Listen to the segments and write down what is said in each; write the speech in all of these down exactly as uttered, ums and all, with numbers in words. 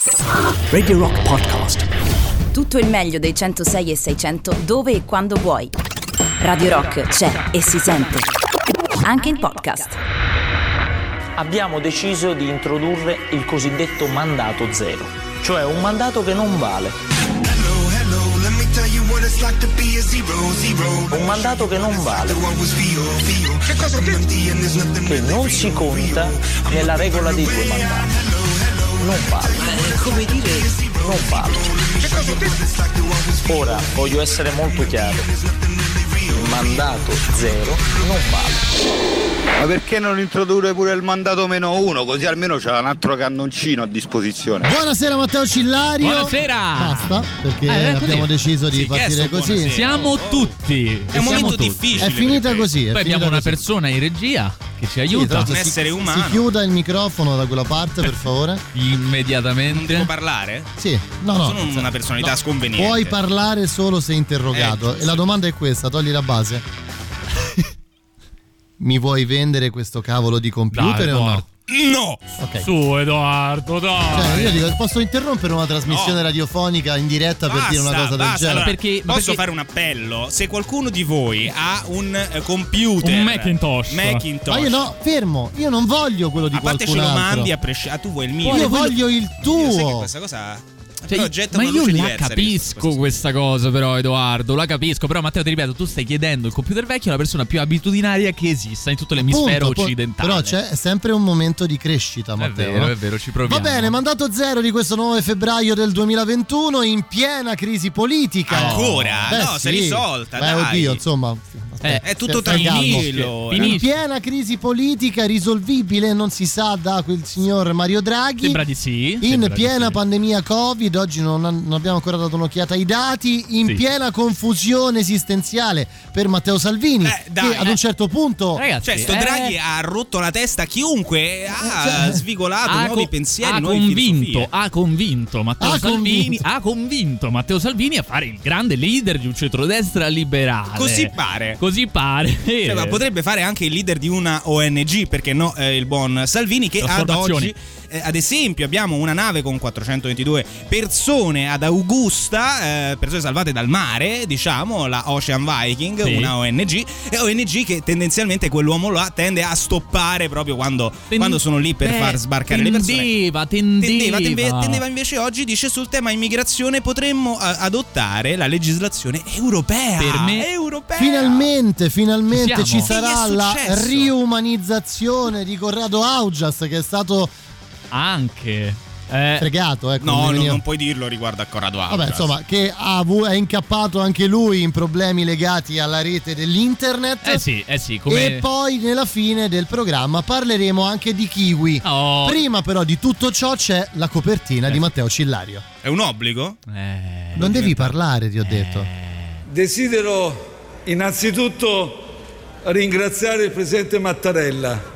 Radio Rock Podcast. Tutto il meglio dei centosei e seicento dove e quando vuoi. Radio Rock c'è e si sente anche in podcast. Abbiamo deciso di introdurre il cosiddetto mandato zero, cioè un mandato che non vale. Un mandato che non vale, che non si conta nella regola dei due mandati. Non vale. Come dire, non vale. Ora voglio essere molto chiaro. Il mandato zero non vale. Ma perché non introdurre pure il mandato meno uno? Così almeno c'è un altro cannoncino a disposizione. Buonasera Matteo Cillario. Buonasera. Basta, perché eh, abbiamo deciso di sì, partire così. Buonasera. Siamo tutti. È un momento tutti. difficile. È finita così. È Poi finita abbiamo una così. persona in regia che ci aiuta. Sì, un si, essere umano. Si chiuda il microfono da quella parte, per favore. Immediatamente. Non devo parlare? Sì, no, no. Sono una personalità no. sconveniente. Puoi parlare solo se interrogato. Eh, e la domanda è questa, togli la base. Mi vuoi vendere questo cavolo di computer Dai, o no? No! Ok. Su Edoardo, dai. Cioè, io dico, posso interrompere una trasmissione No. radiofonica in diretta per Basta, dire una cosa del basta. genere? Allora, Perché- posso perché- fare un appello? Se qualcuno di voi ha un eh, computer, Un Macintosh. Macintosh, Ma io no, fermo, io non voglio quello di a parte ce qualcun lo altro. mandi a prescindere. Ah, tu vuoi il mio? Io voglio il Io sai che tuo. questa cosa Cioè, però getta ma una io luce la diversa capisco rispetto a questa cosa, però, Edoardo, la capisco. Però, Matteo, ti ripeto, tu stai chiedendo il computer vecchio alla persona più abitudinaria che esista in tutto l'emisfero Punto, po- occidentale. Però c'è sempre un momento di crescita, È Matteo. vero, no? è vero, ci proviamo. Va bene, mandato zero di questo nove febbraio del duemilaventuno in piena crisi politica. Ancora? Beh, No, si è sì. risolta, Beh, dai. oddio, insomma. Eh, È tutto Stai calmo. tranquillo. Finisce. In piena crisi politica risolvibile, non si sa, da quel signor Mario Draghi. Sembra di sì. In sembra di piena sì. pandemia Covid, oggi non, non abbiamo ancora dato un'occhiata ai dati, in Sì. piena confusione esistenziale per Matteo Salvini, Eh, dai, che ad eh. un certo punto Ragazzi, Cioè, sto eh, Draghi ha rotto la testa a chiunque, ha cioè, svigolato ha nuovi co- pensieri, ha nuove convinto, filosofie. ha convinto Matteo Ha Salvini, convinto. ha convinto Matteo Salvini a fare il grande leader di un centrodestra liberale. Così pare. Così pare. Cioè, ma potrebbe fare anche il leader di una O N G, perché no, eh, il buon Salvini, che ad Trasformazioni. oggi, eh, ad esempio, abbiamo una nave con quattrocentoventidue persone ad Augusta, eh, persone salvate dal mare, diciamo, la Ocean Viking, Sì. una O N G, e O N G che tendenzialmente quell'uomo là tende a stoppare proprio quando, Ten- quando sono lì per Beh, far sbarcare le persone. Tendeva, tendeva. Tendeva, tendeva, tendeva invece oggi, dice, sul tema immigrazione potremmo a- adottare la legislazione europea. Per me- europea. finalmente, finalmente Ci ci siamo. sarà Che gli è la successo? riumanizzazione di Corrado Augias, che è stato Anche. Eh, fregato, ecco, No, mi no, veniva- non puoi dirlo riguardo a Corrado Augias. Vabbè, insomma, che ha avu- è incappato anche lui in problemi legati alla rete dell'internet. eh sì, eh sì, come E poi nella fine del programma parleremo anche di Kiwi. Oh. Prima però di tutto ciò c'è la copertina di Matteo Cillario. È un obbligo? Eh, Non devi parlare, ti ho detto. Desidero innanzitutto ringraziare il Presidente Mattarella.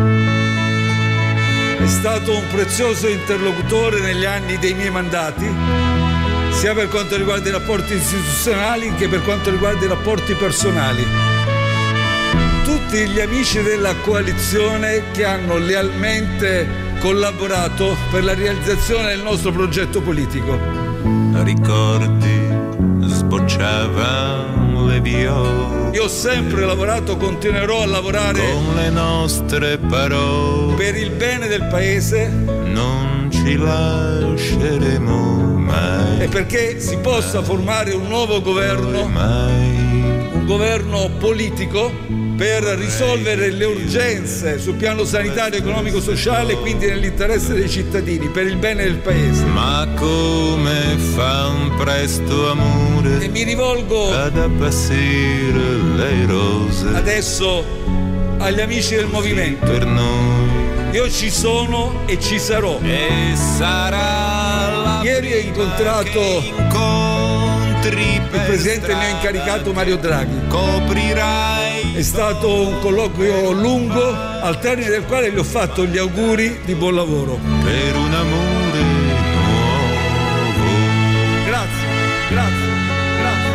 È stato un prezioso interlocutore negli anni dei miei mandati, sia per quanto riguarda i rapporti istituzionali che per quanto riguarda i rapporti personali. Tutti gli amici della coalizione che hanno lealmente collaborato per la realizzazione del nostro progetto politico. Ricordi sbocciavano le viole. Io ho sempre lavorato, continuerò a lavorare Con le nostre parole per il bene del Paese non ci lasceremo mai. e perché si possa formare un nuovo governo, Mai. un governo politico per risolvere le urgenze sul piano sanitario, economico, sociale, quindi nell'interesse dei cittadini, per il bene del Paese. Ma come fa un presto E amore mi rivolgo ad appassire le rose adesso agli amici del movimento. per noi. Io ci sono e ci sarò. E sarà la Ieri ho incontrato incontri il Presidente, mi ha incaricato Mario Draghi. Coprirai È stato un colloquio lungo, al termine del quale gli ho fatto gli auguri di buon lavoro. per un amore nuovo. Grazie, grazie, grazie.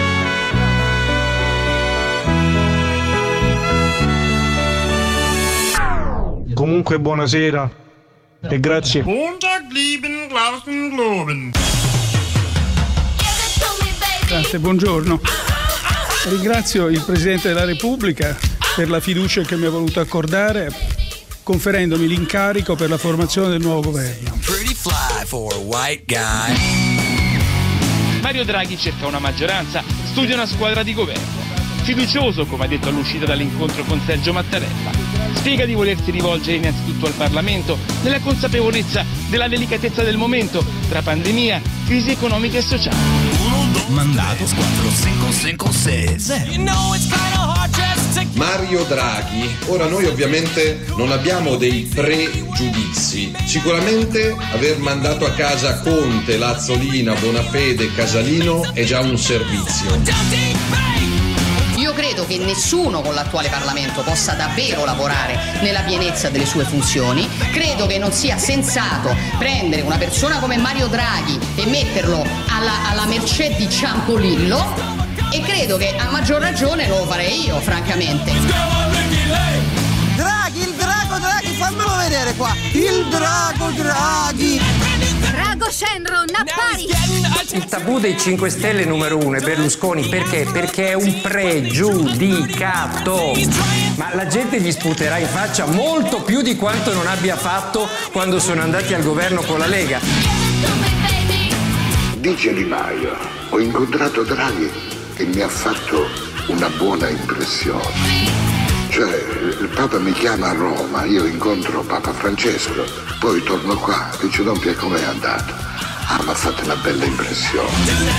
Comunque buonasera, E grazie. Grazie, buongiorno. Ringrazio il Presidente della Repubblica per la fiducia che mi ha voluto accordare, conferendomi l'incarico per la formazione del nuovo governo. Mario Draghi cerca una maggioranza, studia una squadra di governo. Fiducioso, come ha detto all'uscita dall'incontro con Sergio Mattarella. Spiega di volersi rivolgere innanzitutto al Parlamento, nella consapevolezza della delicatezza del momento, tra pandemia, crisi economica e sociale. Mandato Mario Draghi. Ora noi ovviamente non abbiamo dei pregiudizi. Sicuramente aver mandato a casa Conte, Lazzolina, Bonafede, Casalino è già un servizio. Io credo che nessuno con l'attuale Parlamento possa davvero lavorare nella pienezza delle sue funzioni. Credo che non sia sensato prendere una persona come Mario Draghi e metterlo alla, alla mercé di Ciampolillo, e credo che a maggior ragione lo farei io, francamente. Draghi, il drago Draghi, fammelo vedere qua. Il drago Draghi. Drago Shenron, appari! Il tabù dei cinque Stelle numero uno è Berlusconi. Perché? Perché è un pregiudicato. Ma la gente gli sputerà in faccia molto più di quanto non abbia fatto quando sono andati al governo con la Lega. Dice Di Maio, ho incontrato Draghi e mi ha fatto una buona impressione. Cioè, il Papa mi chiama a Roma, io incontro Papa Francesco, poi torno qua e dice: Don Pie, com'è andato? Ah, mi ha fatto una bella impressione.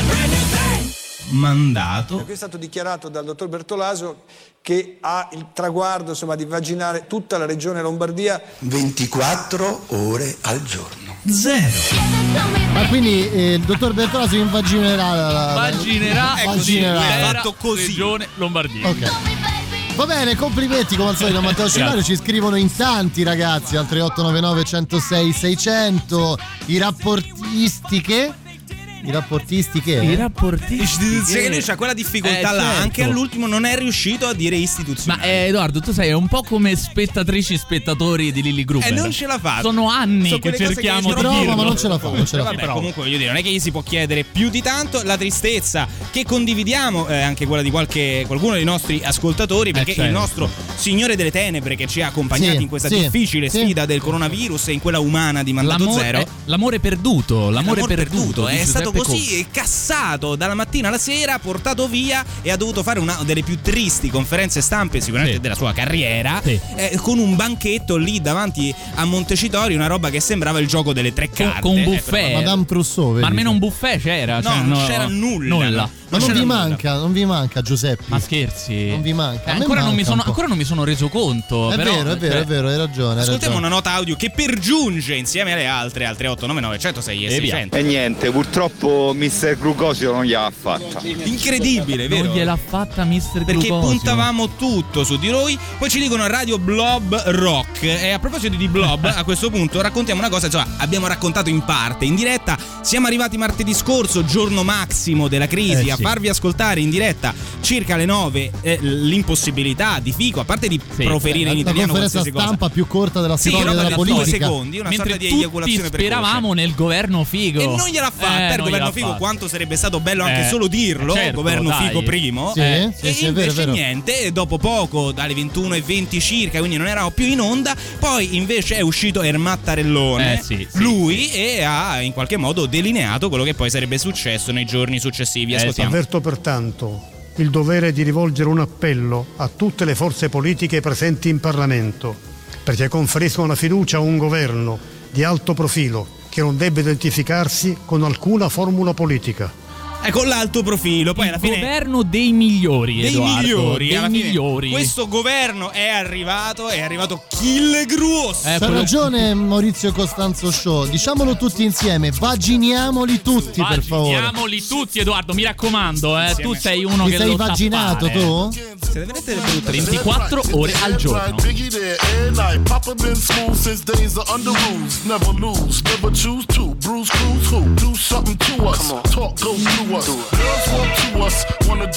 Mandato. Qui è stato dichiarato dal dottor Bertolaso che ha il traguardo, insomma, di vaginare tutta la regione Lombardia ventiquattro ore al giorno. Zero. Ma quindi eh, il dottor Bertolaso invaginerà la, la, Vaginerà, la, è così, vaginerà. fatto così. Regione Lombardia. Ok. Va bene, complimenti come al solito a Matteo Cillario, ci scrivono in tanti ragazzi al tre otto nove nove uno zero sei sei zero zero. I rapportistiche I rapportistiche I rapportistiche Che lui c'ha quella difficoltà eh, là, certo. anche all'ultimo non è riuscito a dire istituzionale. Ma eh, Edoardo, tu sai, è un po' come spettatrici e spettatori di Lilli Gruber. E non ce la fa. Sono anni Sono che quelle cose cerchiamo che di prova, dirlo. ma non ce la fa, non ce la fa. Vabbè, comunque voglio dire, non è che gli si può chiedere più di tanto. La tristezza che condividiamo è eh, anche quella di qualche qualcuno dei nostri ascoltatori, perché eh, certo. il nostro Signore delle Tenebre che ci ha accompagnati sì, in questa sì, difficile sì. sfida del coronavirus e in quella umana di Mandato L'amore, Zero. eh, l'amore perduto, l'amore, L'amore perduto, perduto di è stato Giuseppe così Conte. cassato dalla mattina alla sera, portato via e ha dovuto fare una delle più tristi conferenze stampe sicuramente Sì. della sua carriera, Sì. eh, con un banchetto lì davanti a Montecitorio, una roba che sembrava il gioco delle tre Con- carte. con un Eh, buffet. però- Madame Trousseau, vedi? Ma almeno un buffet c'era. No, cioè, non c'era nulla. nulla. no. Ma non c'era vi nulla. manca, non vi manca Giuseppe. Ma scherzi? Non vi manca. Eh, A me ancora, non mi manca sono, un po'. ancora non mi sono reso conto. È però, vero, è vero, cioè, è vero, hai ragione. Hai Ascoltiamo ragione. una nota audio che pergiunge insieme alle altre al tre otto nove nove uno zero sei e E via. seicento. E niente, purtroppo mister Glucosio non gliel'ha fatta. Incredibile, vero? Non gliel'ha fatta mister Perché Glucosio. puntavamo tutto su di noi. Poi ci dicono Radio Blob Rock. E a proposito di Blob, a questo punto raccontiamo una cosa. Insomma, abbiamo raccontato in parte in diretta. Siamo arrivati martedì scorso, giorno massimo della crisi, Eh, a sì. farvi ascoltare in diretta circa alle nove eh, l'impossibilità di Fico, a parte di Sì, proferire La in italiano conferenza qualsiasi stampa cosa. più corta della Sì, storia roba della di due politica. secondi, una Mentre sorta di tutti eiaculazione speravamo nel governo Figo. E non gliel'ha fatta, Eh, il non governo gliel'ha Figo, fatta. quanto sarebbe stato bello anche Eh, solo dirlo, certo, governo dai. Figo primo. Sì, eh, sì, e sì, è vero, è invece vero. niente, dopo poco, dalle ventuno e venti circa, quindi non eravamo più in onda, poi invece è uscito Ermattarellone, Eh, sì, sì, lui, sì. e ha in qualche modo delineato quello che poi sarebbe successo nei giorni successivi. Eh, Ascoltiamo. Avverto pertanto il dovere di rivolgere un appello a tutte le forze politiche presenti in Parlamento perché conferiscono la fiducia a un governo di alto profilo che non debba identificarsi con alcuna formula politica. Ecco l'alto profilo, poi Il alla fine governo dei migliori, dei Edoardo, migliori, dei alla fine migliori. questo governo è arrivato, è arrivato Kill Gruos. Eh, C'ha quello- ragione Maurizio Costanzo Show, diciamolo tutti insieme, vaginiamoli tutti per favore. Vaginiamoli tutti, Edoardo, mi raccomando, eh. Insieme. Tu sei uno Ti che sei lo sa vaginato fare. tu? Siete veramente delle brutte ventiquattro ore al giorno. Biggie there, air night. Papa been smooth since days of under rules. Never lose, never choose to. Bruce Cruz who? Do something to us. Talk goes through us. Girls want to us, wanna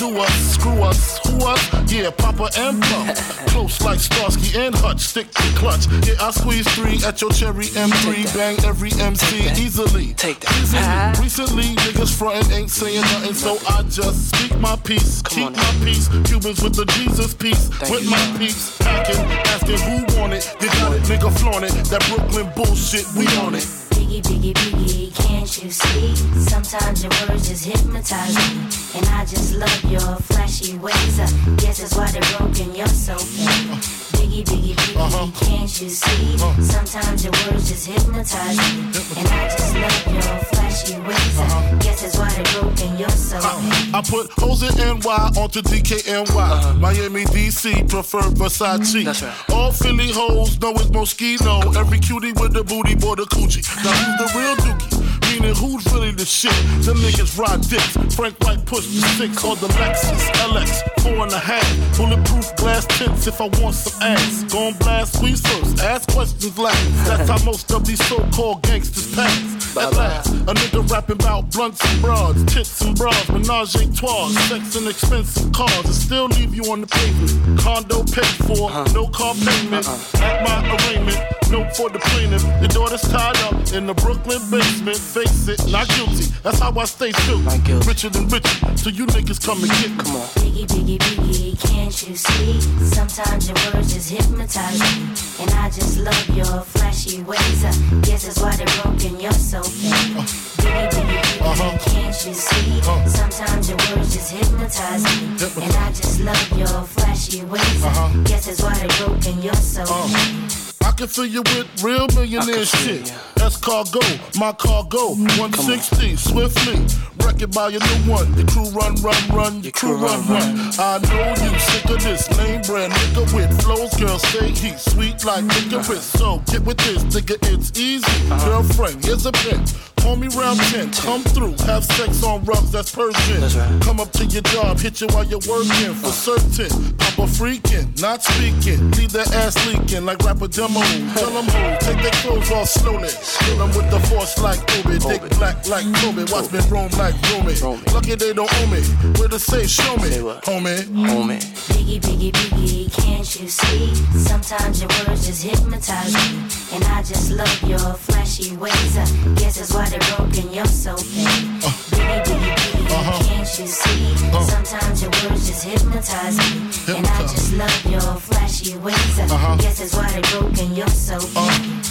do us, screw us, who us? Yeah, Papa and Plum. Close like Starsky and Hutch, stick to clutch. Yeah, I squeeze three at your cherry M three, bang every M C easily. Take that. Easily. Recently, niggas frontin' ain't saying nothing, so I just speak my peace, keep my peace. Cubans with the Jesus peace, with my peace. Packing, asking who want it. You got it, nigga flaunt it. That Brooklyn bullshit, we on it. Biggie, biggie, biggie, can't you see? Sometimes your words just hypnotize me. And I just love your flashy ways. I guess that's why they're broken, you're so fake. Biggie, biggie, biggie, uh-huh. can't you see? Uh-huh. Sometimes your words just hypnotize me. And I just love your flashy ways. Uh-huh. I guess that's why they're broken, you're so fake. I, I put hoes in N Y onto D K N Y. Uh-huh. Miami, D C, prefer Versace. That's right. All Philly hoes know it's Moschino. Every cutie with the booty, boy, the coochie. Now who's the real dookie? Meaning who's really the shit? Them niggas ride dicks. Frank White push the six on the Lexus L X, four and a half. Bulletproof glass tints if I want some ass. Gon' blast, squeeze first, ask questions last. That's how most of these so-called gangsters pass. At last, a nigga rapping about blunts and broads, tits and bras, menage a trois, sex and expensive cars, and still leave you on the pavement. Condo paid for, no car payment. At my arraignment, note for the plaintiff. Your daughter's tied up in the Brooklyn basement. Face it, not guilty. That's how I stay still. Richer than richer, so you niggas come and get me. Come on. Biggie, biggie, biggie, can't you see? Sometimes your words just hypnotize me. And I just love your flashy ways. I guess that's why they're broken, you're so fake. Uh, biggie, biggie, biggie, uh-huh. can't you see? Uh, Sometimes your words just hypnotize me. Hypnotize. And I just love your flashy ways. Uh-huh. I guess that's why they're broken, you're so uh. fake. I can fill you with real millionaire shit. You. That's cargo, my cargo. one sixty, swiftly. Wreck it by your new one. Your crew run, run, run. Your crew run, run. run. I know you sick of this lame brand nigga with flows. Girl, say he's sweet like licorice. So get with this, nigga, it's easy. Uh-huh. Girlfriend, here's a pen. Call me round ten, come through, have sex on rugs, that's Persian. That's right. Come up to your job, hit you while you're working, for certain. Papa freaking, not speaking, leave that ass leaking like rapper demo. Tell them who, take their clothes off slowly. Kill them with the force like Obi, dick black like Toby, watch me roam like Romy. Lucky they don't owe me, where to say show me, homie. Homie. Biggie, biggie, biggie, can't you see? Sometimes your words just hypnotize me. And I just love your flashy ways. I guess that's why they're broken, you're so fake. Uh, biggie, biggie, biggie, uh-huh. can't you see? Uh, Sometimes your words just hypnotize me. Hypnotize. And I just love your flashy ways. I uh-huh. guess that's why they're broken, you're so fake. Uh.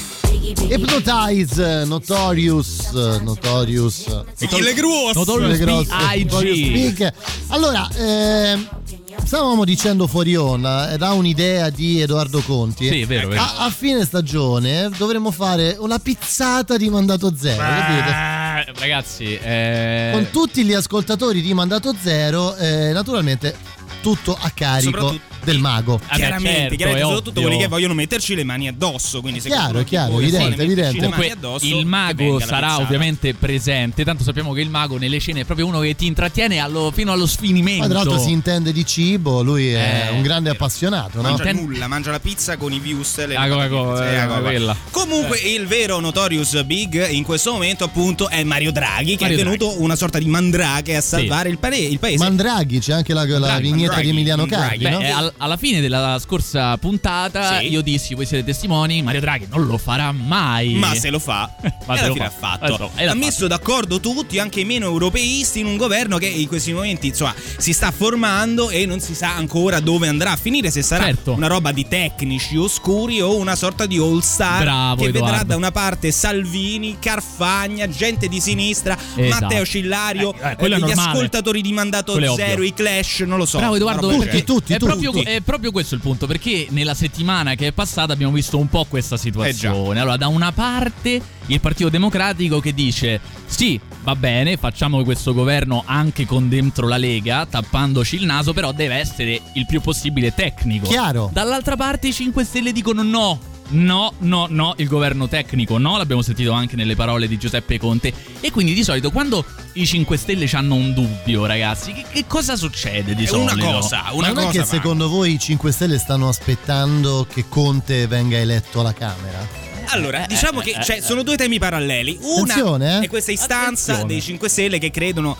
Hypnotize, Notorious, Notorious, Le Grosse, Notorious B I G. Allora, eh, stavamo dicendo fuori onda, ed ha un'idea di Edoardo Conti. Sì, è vero, vero. A, a fine stagione dovremmo fare una pizzata di Mandato Zero, ah, capite? Ragazzi, eh... con tutti gli ascoltatori di Mandato Zero, eh, naturalmente tutto a carico del mago. Chiaramente, certo, chiaramente soprattutto quelli che vogliono metterci le mani addosso. Quindi chiaro, è chiaro, evidente, evidente. Comunque il mago sarà ovviamente presente. Tanto sappiamo che il mago nelle scene è proprio uno che ti intrattiene allo, fino allo sfinimento. Ma tra l'altro si intende di cibo, lui è eh, un grande appassionato. Mangia no? nulla, mangia la pizza con i views. Le ah, come, come, eh, quella. Comunque eh. il vero Notorious Big in questo momento appunto è Mario Draghi, che Mario è venuto Draghi. Una sorta di mandrake a salvare sì. il, pare- il paese. Mandraghi, c'è anche la, la Mandraghi, vignetta Mandraghi, di Emiliano Cardi. Beh, no? al, alla fine della scorsa puntata sì. io dissi, voi siete testimoni, Mario Draghi non lo farà mai. Ma se lo fa, ma se lo fa. Ha fatto. Ha messo d'accordo tutti, anche i meno europeisti, in un governo che in questi momenti insomma si sta formando e non si sa ancora dove andrà a finire, se sarà certo. una roba di tecnici oscuri o una sorta di all star. Bravo, che Edoardo. Vedrà da una parte Salvini, Carfagna, gente di sinistra, esatto. Matteo Cillario, eh, eh, gli ascoltatori di Mandato quello Zero, i Clash, non lo so. Bravo Edoardo, tutti, tutti, è, tutti. proprio, è proprio questo il punto, perché nella settimana che è passata abbiamo visto un po' questa situazione. Eh allora, da una parte il Partito Democratico che dice sì, va bene, facciamo questo governo anche con dentro la Lega, tappandoci il naso, però deve essere il più possibile tecnico. Chiaro. Dall'altra parte i cinque Stelle dicono no. No, no, no, il governo tecnico no, l'abbiamo sentito anche nelle parole di Giuseppe Conte. E quindi di solito quando i cinque Stelle hanno un dubbio, ragazzi, che, che cosa succede di è solito? Una cosa, una Ma non cosa è che va. secondo voi i cinque Stelle stanno aspettando che Conte venga eletto alla Camera? Allora, diciamo che cioè, sono due temi paralleli. Una Attenzione, eh? è questa istanza Attenzione. dei cinque Stelle che credono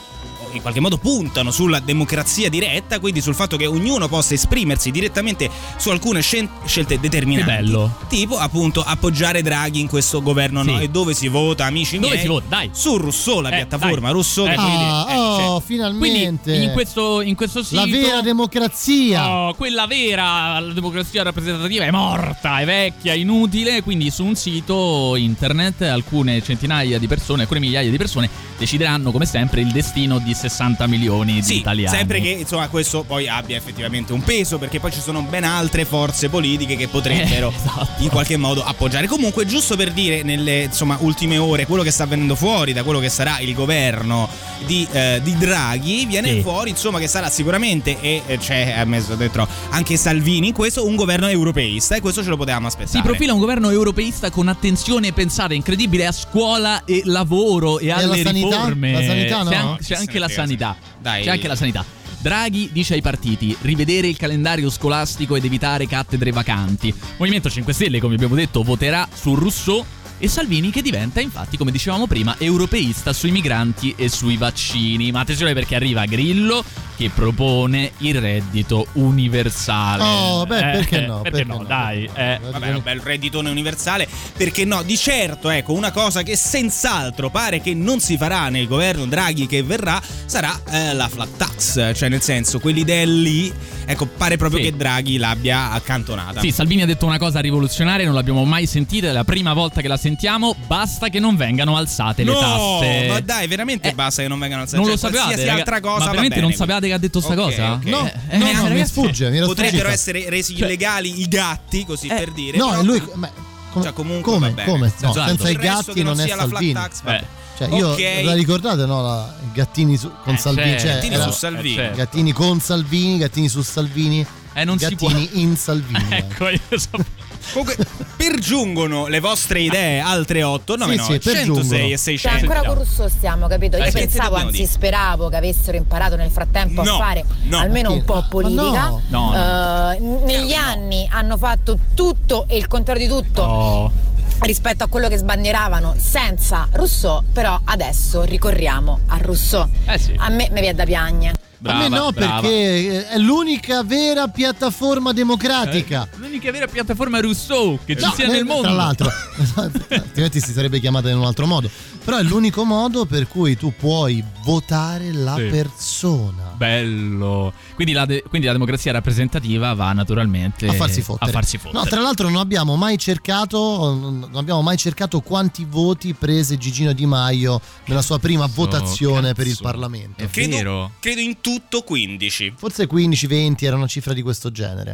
in qualche modo puntano sulla democrazia diretta, quindi sul fatto che ognuno possa esprimersi direttamente su alcune scel- scelte determinanti. Che bello. Tipo appunto appoggiare Draghi in questo governo, Sì. no? E dove si vota, amici Dove miei? si vota? Dai. Su Rousseau, la Eh, piattaforma dai. Rousseau. Eh, che quindi, Ah, eh, oh, c'è- finalmente. Quindi in questo, in questo sito La vera democrazia. Oh, quella vera, la democrazia rappresentativa è morta, è vecchia, inutile. Quindi su un sito internet alcune centinaia di persone, alcune migliaia di persone decideranno come sempre il destino di sessanta milioni Sì, di italiani. sempre che insomma questo poi abbia effettivamente un peso, perché poi ci sono ben altre forze politiche che potrebbero Eh, esatto. in qualche modo appoggiare. Comunque, giusto per dire, nelle insomma ultime ore, quello che sta venendo fuori da quello che sarà il governo di, eh, di Draghi, viene Sì. fuori insomma che sarà sicuramente, e eh, c'è ha messo dentro anche Salvini in questo, un governo europeista, e questo ce lo potevamo aspettare. Si profila un governo europeista con attenzione, pensate, incredibile, a scuola e lavoro e, E alle alla sanità? riforme. La sanità no? C'è, an- No, c'è chi se anche ne la frega, sanità. Dai. C'è anche la sanità. Draghi dice ai partiti: rivedere il calendario scolastico ed evitare cattedre vacanti. Movimento cinque Stelle, come abbiamo detto, voterà su Rousseau. E Salvini che diventa, infatti, come dicevamo prima, europeista sui migranti e sui vaccini. Ma attenzione, perché arriva Grillo che propone il reddito universale. Oh, beh, perché Eh, no? Perché, Perché no, no? dai. Eh. Vabbè, un bel redditone universale, perché no? Di certo, ecco, una cosa che senz'altro pare che non si farà nel governo Draghi che verrà sarà eh, la flat tax, cioè nel senso, quell'idea lì, ecco, pare proprio Sì. che Draghi l'abbia accantonata. Sì, Salvini ha detto una cosa rivoluzionaria, non l'abbiamo mai sentita, è la prima volta che la sentiamo. Basta che non vengano alzate no, le tasse. ma dai, veramente Eh, basta che non vengano alzate. Non cioè, lo sapevate? qualsiasi raga- altra cosa ma va veramente bene. non sapevate che ha detto sta Ok, cosa? ok. No, Eh, no, eh, no, mi ragazzi, sfugge, mi era Potrebbero sfuggita. essere resi Cioè- illegali i gatti, così Eh, per dire. No, però- e lui ma, com- Cioè, comunque come? va bene. Come? No, Esatto. senza i Il resto gatti che non è sia la flat Salvini. tax, va Beh. bene. Cioè, io Ok. la ricordate, no? La, i gattini su- con Eh, Salvini. certo. Cioè, Gattini era- su Salvini. Eh, certo. gattini con Salvini, gattini su Salvini, Eh, non si può. gattini in Salvini. Ecco, io so- Comunque, pergiungono le vostre idee al tre otto nove Sì, nove sì, pergiungono. centosei e Cioè, seicento. ancora con Rousseau stiamo, capito? Io Eh, che ti pensavo, dobbiamo anzi dire? speravo che avessero imparato nel frattempo No, a fare no. almeno un po' politica. no. No, Eh, negli anni hanno fatto tutto e il contrario di tutto. Oh. Rispetto a quello che sbandieravano senza Rousseau, però adesso ricorriamo a Rousseau. Eh sì. A me mi viene da piagne. Brava, a me no, brava. perché è l'unica vera piattaforma democratica. Eh, L'unica vera piattaforma Rousseau che ci No, sia eh, nel mondo. Tra l'altro, altrimenti si sarebbe chiamata in un altro modo. Però è l'unico modo per cui tu puoi votare la Sì. persona. Bello. Quindi la, de- quindi la democrazia rappresentativa va naturalmente A farsi fottere. a farsi fottere. No, tra l'altro non abbiamo mai cercato non abbiamo mai cercato quanti voti prese Gigino Di Maio nella sua prima votazione cazzo. per il Parlamento. È Credo, vero. credo in tutto quindici. Forse quindici venti era una cifra di questo genere.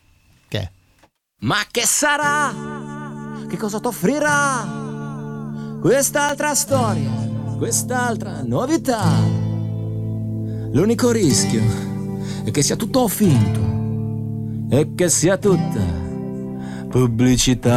Che è? Ma che sarà? Che cosa t'offrirà? Quest'altra storia, quest'altra novità. L'unico rischio è che sia tutto finto e che sia tutta pubblicità.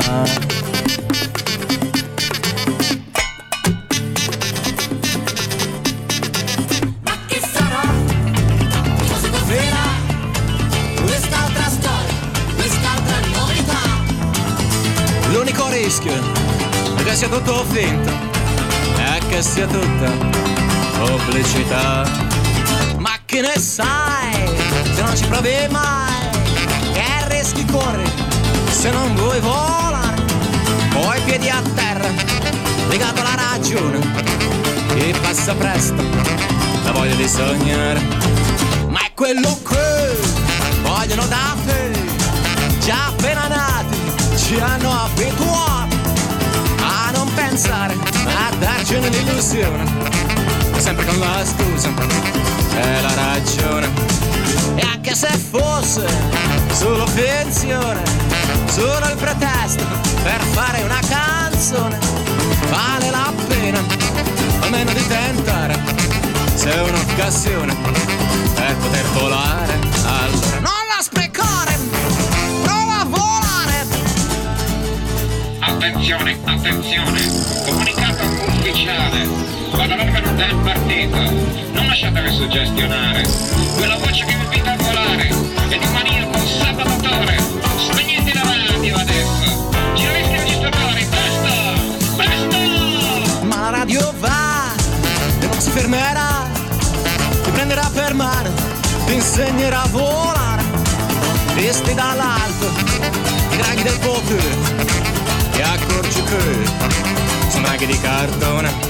Ma che sarà? Cosa t'offrirà? Quest'altra storia, quest'altra novità. L'unico rischio è che sia tutto finto e che sia tutta pubblicità. Ma che ne sai se non ci provi mai? Che rischi corri se non vuoi volare? Poi piedi a terra, legato alla ragione. Chi passa presto la voglia di sognare. Ma è quello che vogliono da te, già appena nati ci hanno abituato a non pensare, a darci un'illusione, sempre con la scusa e la ragione. E anche se fosse solo finzione, solo il pretesto per fare una canzone, vale la pena almeno di tentare, se è un'occasione per poter volare, allora non la sprecare, prova a volare. Attenzione, attenzione, comunicato ufficiale, vado all'organo del partito, non lasciatevi suggestionare, quella voce che vi invita a volare è di maniaco sabotatore, spegnete la radio adesso, giornalisti registratori, presto, presto! Ma la radio va e non si fermerà, prenderà per mano, ti insegnerà a volare, visti dall'alto, i draghi del potere, ti accorgi che sono draghi di cartone.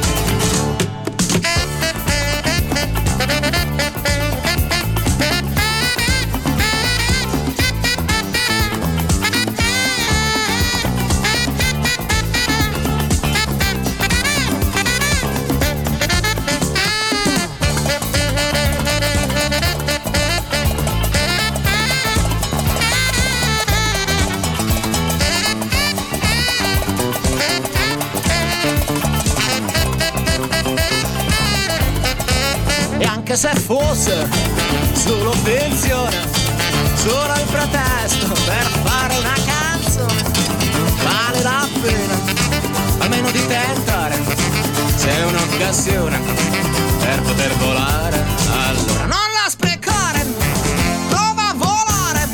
Anche se fosse solo finzione, solo il pretesto per fare una canzone, vale la pena almeno di tentare, se è un'occasione per poter volare, allora non la sprecare, prova a volare.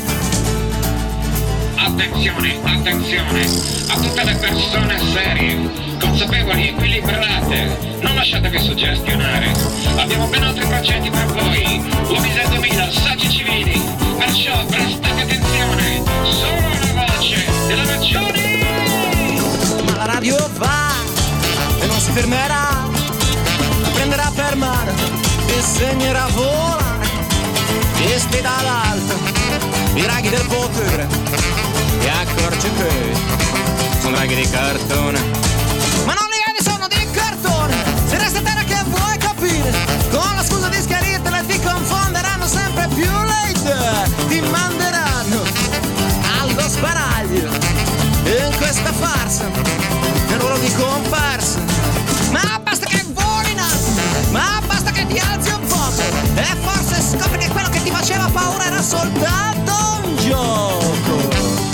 Attenzione, attenzione a tutte le persone serie, consapevoli e equilibrate, non lasciatevi suggestionare, abbiamo ben altri progetti per voi, uomini del duemila, saggi civili, perciò prestate attenzione, solo la voce della ragione. Ma la radio va e non si fermerà, la prenderà per mano, ti insegnerà a volare, visti dall'alto, i raghi del potere, ti accorgi che sono raghi di cartone. Ma non li vedi, sono di cartone, se resta terra che vuoi capire, con la scusa di schiarirtela ti confonderanno sempre più late, ti manderanno allo sparaglio, in questa farsa, nel ruolo di comparsa, ma basta che voli in alto, ma basta che ti alzi un poco, e forse scopri che quello che ti faceva paura era soltanto un gioco.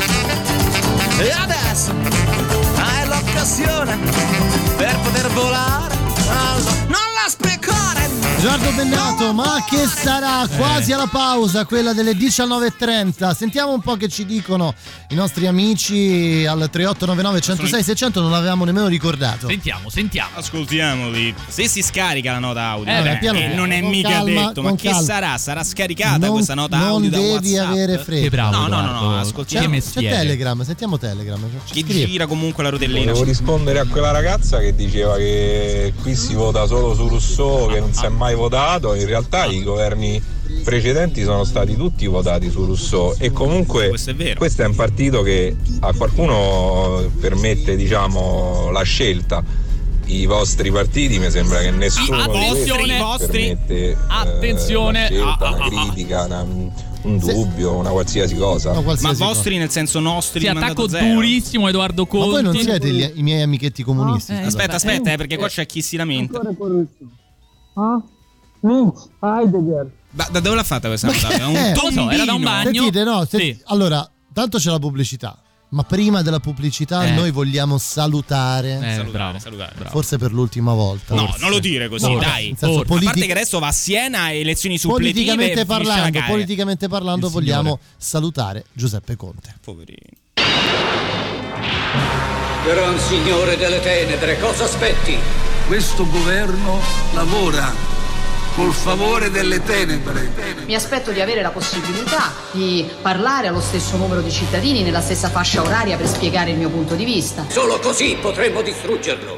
E adesso hai l'occasione per poter volare, allora non la sprecare. Giorgio Bennato, ma che sarà quasi alla pausa, quella delle diciannove e trenta. Sentiamo un po' che ci dicono i nostri amici al tre otto nove nove uno zero sei sei zero zero, non l'avevamo nemmeno ricordato. Sentiamo, sentiamo. Ascoltiamoli. Se si scarica la nota audio, Eh, beh, piano e piano, non è con mica calma, detto, ma con che calma. sarà? Sarà scaricata Non- questa nota non audio da devi WhatsApp? avere fretta. Che bravo, No, no, no, no, Edoardo. ascoltiamo. C'è, c'è Telegram, sentiamo Telegram. Chi gira comunque la rotellina. Volevo rispondere a quella ragazza che diceva che qui si vota solo su Rousseau, che non si è mai votato. In realtà i governi precedenti sono stati tutti votati su Rousseau e comunque questo è vero. Questo è un partito che a qualcuno permette, diciamo, la scelta. I vostri partiti mi sembra che nessuno di questi Attenzione, vostri. permette Attenzione. eh, una, scelta, Ah, una ah, ah. critica, una- un dubbio, una qualsiasi cosa. Ma vostri nel senso nostri Sì, di attacco mandato zero? durissimo Edoardo Ma Conti. voi non siete gli- i miei amichetti comunisti? No, eh, scusate. Aspetta, aspetta, eh, perché qua c'è chi si lamenta. Ah? Nietzsche, Heidegger. Ma da dove l'ha fatta questa nota? È un Eh, tombino. era da un bagno. Sentite, no, se- Sì. allora, tanto c'è la pubblicità, ma prima della pubblicità Eh. noi vogliamo salutare, Eh, Salutare, bravo. salutare, bravo. forse per l'ultima volta. No, forse. non lo dire così, Forse. dai. In senso, A parte politi- che adesso va a Siena, elezioni suppletive e politicamente finisce la parlando, gara. politicamente parlando Il vogliamo signore. salutare Giuseppe Conte. Poverino. Gran signore delle tenebre, cosa aspetti? Questo governo lavora col favore delle tenebre. Mi aspetto di avere la possibilità di parlare allo stesso numero di cittadini nella stessa fascia oraria per spiegare il mio punto di vista. Solo così potremmo distruggerlo.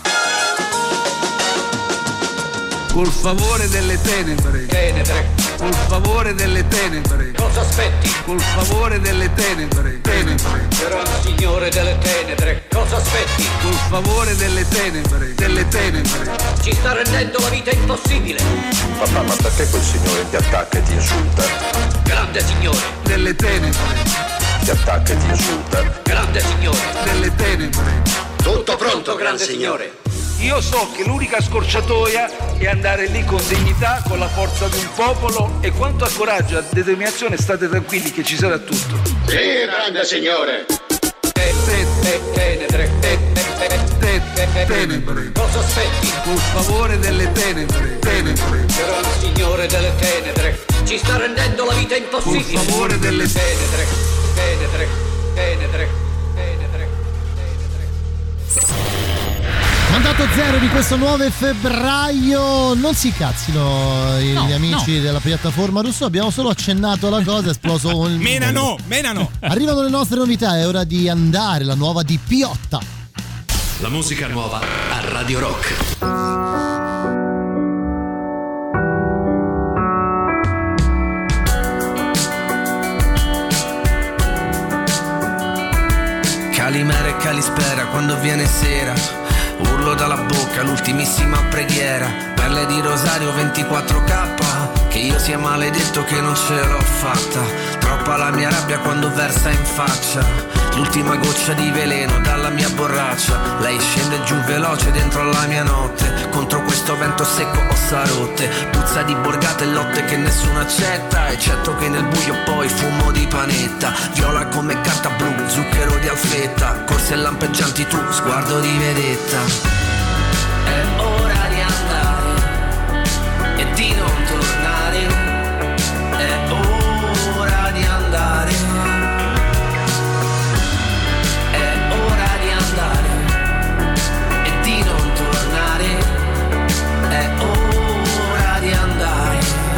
Col favore delle tenebre. Tenebre. Col favore delle tenebre. Cosa aspetti? Col favore delle tenebre. Tenebre. Gran signore delle tenebre, cosa aspetti? Col favore delle tenebre. Delle tenebre. Ci sta rendendo la vita impossibile. Papà, ma perché quel signore ti attacca e ti insulta? Grande signore. Delle tenebre. Ti attacca e ti insulta? Grande signore. Delle tenebre. Tutto pronto, grande signore. Io so che l'unica scorciatoia è andare lì con dignità, con la forza di un popolo e quanto a coraggio e a determinazione state tranquilli che ci sarà tutto. Sì, grande signore. Tenebre. Tenebre. Cosa aspetti? Col favore delle tenebre. Tenebre. Gran signore delle tenebre, ci sta rendendo la vita impossibile. Col favore delle tenebre. Tenebre. Tenebre. Tenebre. Mandato zero di questo nove febbraio. Non si cazzino gli No, amici no. della piattaforma Russo. Abbiamo solo accennato la cosa, è esploso il Menano, menano. Arrivano le nostre novità, è ora di andare, la nuova di Piotta. La musica nuova a Radio Rock. Calimera e calispera quando viene sera, urlo dalla bocca l'ultimissima preghiera, perle di rosario ventiquattro K, che io sia maledetto che non ce l'ho fatta, troppa la mia rabbia quando versa in faccia, l'ultima goccia di veleno dalla mia borraccia, lei scende giù veloce dentro la mia notte, contro questo vento secco ossa rotte, puzza di borgate e lotte che nessuno accetta, eccetto che nel buio poi fumo di panetta, viola come carta blu, zucchero di alfetta, corse lampeggianti tu, sguardo di vedetta. È ora di andare e di non tornare, è ora di andare, è ora di andare e di non tornare, è ora di andare.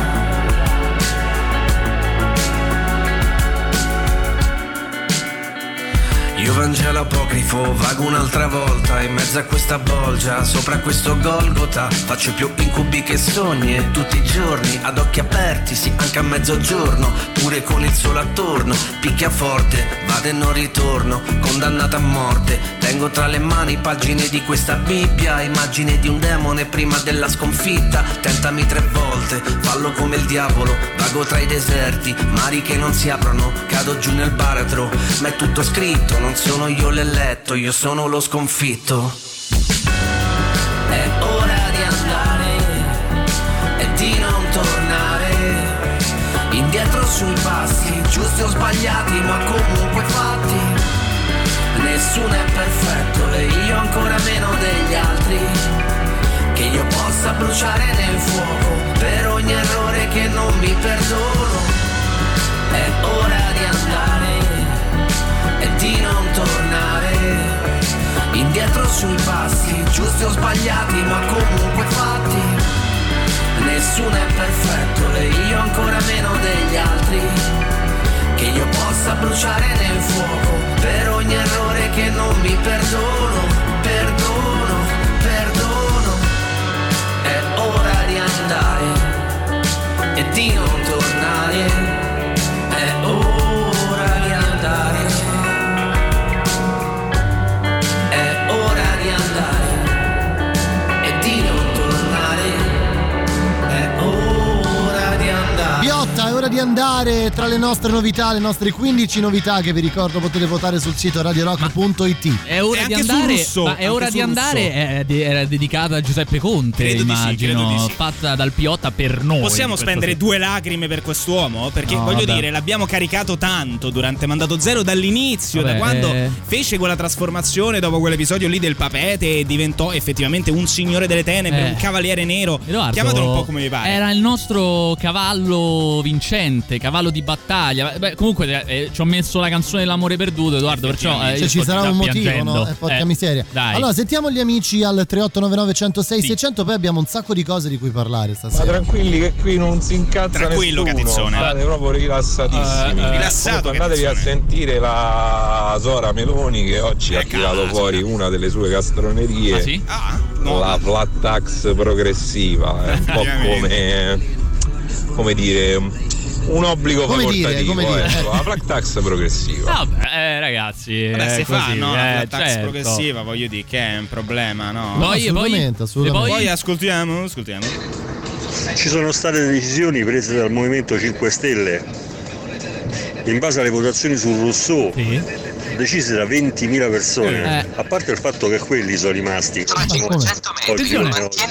Io Vangelo apocrifo, vago un'altra volta in mezzo a questa bolgia, sopra questo Golgota, faccio più incubi che sogni e tutti i giorni, ad occhi aperti, sì anche a mezzogiorno, pure con il sole attorno, picchia forte, vado e non ritorno, condannato a morte, tengo tra le mani pagine di questa Bibbia, immagine di un demone prima della sconfitta, tentami tre volte, fallo come il diavolo, vago tra i deserti, mari che non si aprono, cado giù nel baratro, ma è tutto scritto, non sono io l'eletto, io sono lo sconfitto. È ora di andare e di non tornare indietro sui passi, giusti o sbagliati ma comunque fatti. Nessuno è perfetto e io ancora meno degli altri, che io possa bruciare nel fuoco per ogni errore che non mi perdono. È ora di andare e di non tornare indietro sui passi, giusti o sbagliati ma comunque fatti. Nessuno è perfetto e io ancora meno degli altri, che io possa bruciare nel fuoco per ogni errore che non mi perdono, perdono, perdono. È ora di andare e di non tornare, è ora di andare, è ora di andare e di non tornare, è ora di andare. Piotta, è ora di andare. Tra le nostre novità, le nostre quindici novità che vi ricordo potete votare sul sito radio rock punto it. È ora E di anche su andare, Russo, ma è anche ora su di andare Russo. è de- era dedicata a Giuseppe Conte, Credo di sì, immagino, credo di sì. fatta dal Piotta per noi. Possiamo questa spendere sera. due lacrime per quest'uomo? Perché No, voglio vabbè. dire, l'abbiamo caricato tanto durante Mandato Zero dall'inizio, Vabbè, da quando eh. fece quella trasformazione dopo quell'episodio lì del papete e diventò effettivamente un signore delle tenebre, Eh. un cavaliere nero. Edoardo, Chiamatelo un po' come vi pare. Era il nostro cavallo vincente, cavallo di battaglia. Beh, comunque eh, ci ho messo la canzone dell'amore perduto, Edoardo, perciò eh, Se io ci sto sarà già un motivo, piangendo. no? Eh, porca Eh, miseria. Dai. Allora, sentiamo gli amici al tre otto nove nove uno zero sei sei zero zero, poi abbiamo un sacco di cose di cui parlare Ma stasera. tranquilli che qui non si incazza Tranquillo, nessuno, Catizzone. state proprio rilassatissimi. Eh, eh, rilassato, Comunque andatevi a Catizzone. sentire la Sora Meloni che oggi ha tirato fuori una delle sue castronerie, Ah, sì? Ah, no. la flat tax progressiva, è un po' come, come dire, un obbligo Come dire, facoltativo, come dire. ecco, la flat tax progressiva. Vabbè, eh, ragazzi, Vabbè, eh, se fa, così, no? eh, La tax certo. progressiva, voglio dire, che è un problema, no? Poi, assolutamente, poi, assolutamente. e Poi poi ascoltiamo, ascoltiamo. Ci sono state decisioni prese dal Movimento cinque Stelle in base alle votazioni su Rousseau, decise da ventimila persone, Eh. a parte il fatto che quelli sono rimasti oggi come oggi.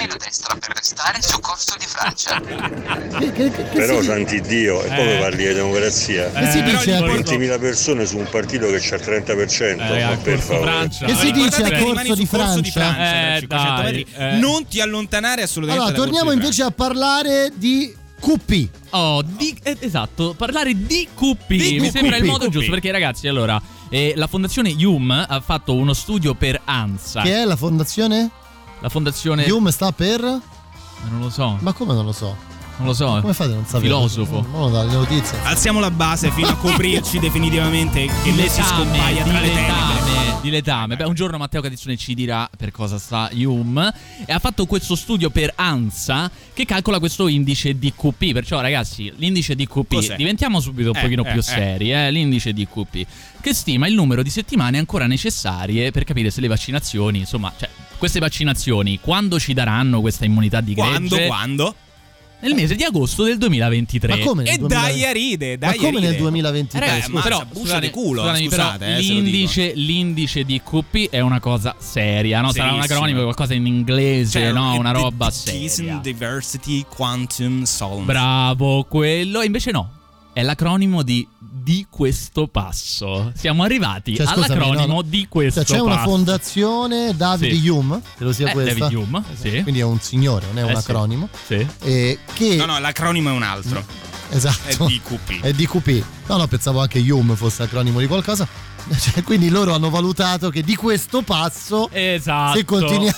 Che, che, che Però si, santi Dio, e poi Eh. parli di democrazia, che si dice a, ventimila persone su un partito che c'ha il trenta per cento, Eh, ma a per Corso favore. Francia. che si Eh, dice Guardate a che rimani corso su di corso di Francia? Francia, Eh, tra cinquecento dai, metri. eh. Non ti allontanare assolutamente. Allora, da torniamo corso di invece a parlare di Q P. Oh, di, eh, esatto, parlare di Q P Di mi Q P. sembra il modo Q P. giusto, perché ragazzi, allora, eh, la fondazione I U M ha fatto uno studio per ANSA. Che è la fondazione? La fondazione Hume sta per? Non lo so. Ma come non lo so? Non lo so. Come fate a non sapere? Filosofo. Non lo dalle notizie. Alziamo la base fino a coprirci definitivamente che lei si scompaia tra le tenebre. Di letame. Beh, un giorno Matteo Catizzone ci dirà per cosa sta Hume. E ha fatto questo studio per ANSA che calcola questo indice D Q P. Perciò, ragazzi, l'indice D Q P, Cos'è? diventiamo subito un Eh, pochino eh, più eh. seri, eh. L'indice D Q P, che stima il numero di settimane ancora necessarie per capire se le vaccinazioni, insomma, cioè, queste vaccinazioni, quando ci daranno questa immunità di gregge? Quando? Quando? Nel mese di agosto del duemilaventitré. Ma come nel E duemilaventi? dai a ride, dai Ma come a ride. nel duemilaventitré? Eh, scusa. però, buccia scusate, di culo, scusatemi, scusate, però, eh, se lo dico. l'indice, l'indice di Q P è una cosa seria, no? Sarà un Serissimo. acronimo, qualcosa in inglese, Cioè, no? è Una di- roba Disease seria. and Diversity Quantum Solvency. Bravo, quello. Invece no. È l'acronimo di di questo passo. Siamo arrivati Cioè, scusami, all'acronimo no, no. di questo Cioè, c'è passo. una fondazione David Sì. Hume, credo sia Eh, questa. David Hume, sì. Quindi è un signore, non è Eh, un sì. acronimo. Sì. Eh, che No, no, l'acronimo è un altro. Esatto. È D Q P. È D Q P. No, no, pensavo anche Hume fosse acronimo di qualcosa. Cioè, quindi loro hanno valutato che di questo passo, Esatto. se continuiamo.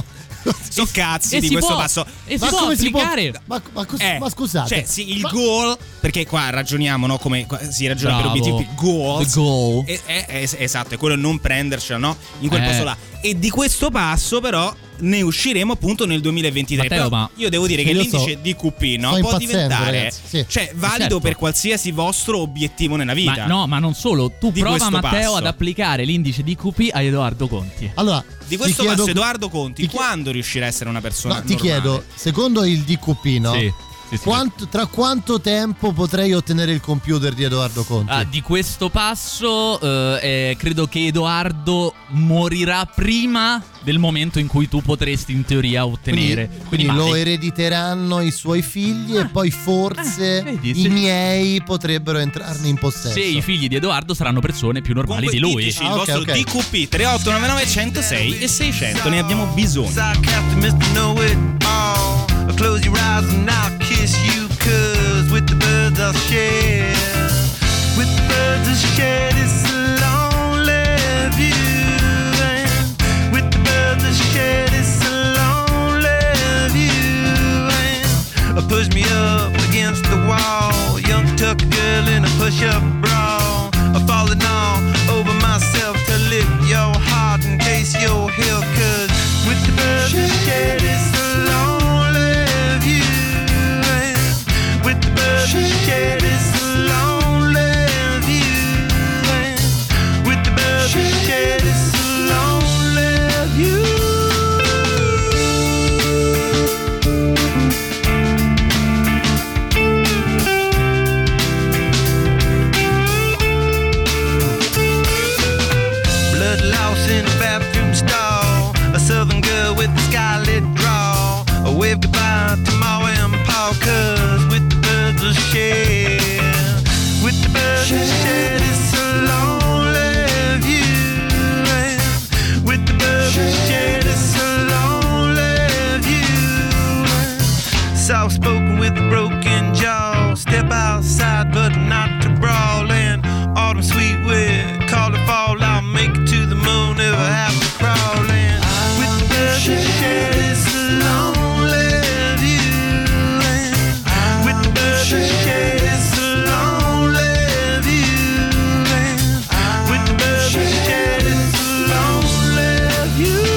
So cazzi e di si questo può- passo. e si Ma può come si può- applicare. Ma, ma cos- Eh, ma scusate. Cioè, sì, il Ma- goal, perché qua ragioniamo, no? Come qua si ragiona Bravo. per obiettivi goals. The goal. È, è- è- esatto, è quello non prendercela, no? In quel Eh. posto là. E di questo passo, però, ne usciremo appunto nel duemilaventitré. Matteo, Però ma- io devo dire che Io l'indice sto- D Q P, no? sto Può impazzendo, diventare ragazzi, sì. cioè, valido Certo. per qualsiasi vostro obiettivo nella vita. Ma no, ma non solo. Tu Di prova, questo Matteo, passo. ad applicare l'indice di Q P a Edoardo Conti. Allora, Di questo ti passo, chiedo- Edoardo Conti, ti chie- quando riuscirà a essere una persona No, ti normale? chiedo, secondo il D Q P, no? Sì. Sì, sì. Quanto- tra quanto tempo potrei ottenere il computer di Edoardo Conti? Ah, di questo passo eh, eh, credo che Edoardo morirà prima del momento in cui tu potresti in teoria ottenere. Quindi, Quindi, quindi lo male. erediteranno i suoi figli e poi forse eh, vedi, i se- miei potrebbero entrarne in possesso. Se i figli di Edoardo saranno persone più normali Comunque, di lui. diteci il Ah, ok, vostro ok. D Q P tre otto nove nove uno zero sei e seicento, ne abbiamo bisogno. Captain Mister Know It All. Close your eyes and I'll kiss you, cause with the birds I'll share. With the birds I'll share this lonely view. And with the birds I'll share this lonely view. And push me up against the wall. Young tuck girl in a push-up bra. Falling all over myself to lift your heart and taste your heel, cause with the birds I share this lonely view. And with the birds I share this lonely view. And with the birds I share this lonely view. Blood loss in a bathroom stall. A southern girl with a scarlet draw. A wave goodbye to Ma and Pa, cause with the birds I share. With the birds I share this lonely view. And with the birds I share this lonely view. Soft spoken with a broken jaw. Step outside but not to brawl. And autumn sweet wind, call it fall. I'll make it to the moon if I have to crawl. And with the birds I share this lonely view. And with the birds I share this lonely view. And with the birds I share this lonely view.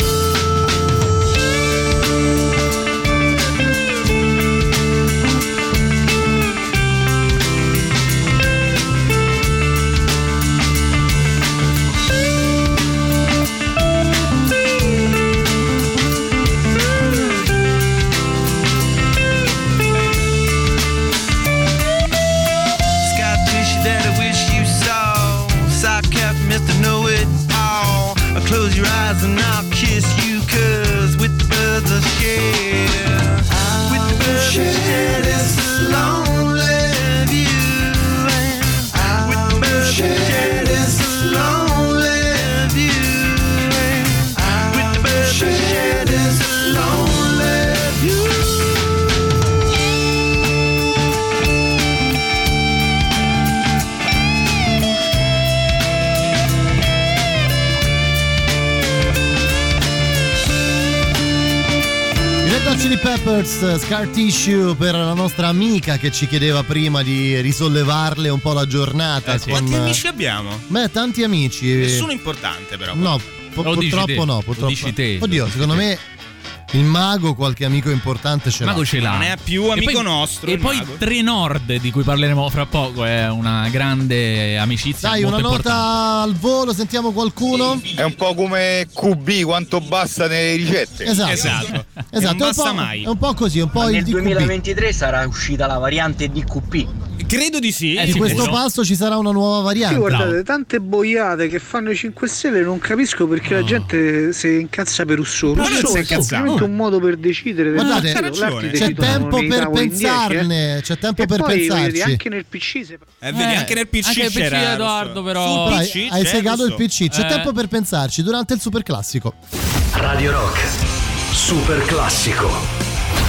Chili Peppers, Scar Tissue, per la nostra amica che ci chiedeva prima di risollevarle un po' la giornata. Eh sì. Con... Quanti amici abbiamo? Beh, tanti amici. Nessuno importante però. No, pu- purtroppo no, purtroppo. Te, Oddio, secondo me il mago qualche amico importante ce l'ha. Mago ce l'ha. Non è più amico e poi, nostro. E poi mago. Tre Nord, di cui parleremo fra poco, è una grande amicizia. Dai, molto una nota importante. al volo, sentiamo qualcuno. È un po' come Q B, quanto basta nelle ricette. Esatto. Esatto. Esatto, non è un basta po', mai. È un po' così, un po' Ma il nel D Q B. duemilaventitré sarà uscita la variante D Q P. Credo di sì. Eh, Di sicuro. questo passo ci sarà una nuova variante. Sì, guardate, Bravo. tante boiate che fanno i cinque Stelle non capisco perché No. la gente si incazza per Rousseau. Ma non Rousseau si è incazza. semplicemente un modo per decidere. Guardate, L'arte c'ha ragione. C'è decidono tempo nei per tavoli in dieci, eh. pensarne, c'è tempo E per poi, pensarci. vedi, anche nel P C se... Eh, vedi, anche nel P C anche il P C c'era Edoardo, Rousseau. però. Sul Però P hai, C hai c'è segato il Rousseau. P C, c'è Eh. tempo per pensarci durante il super classico. Radio Rock. Super classico.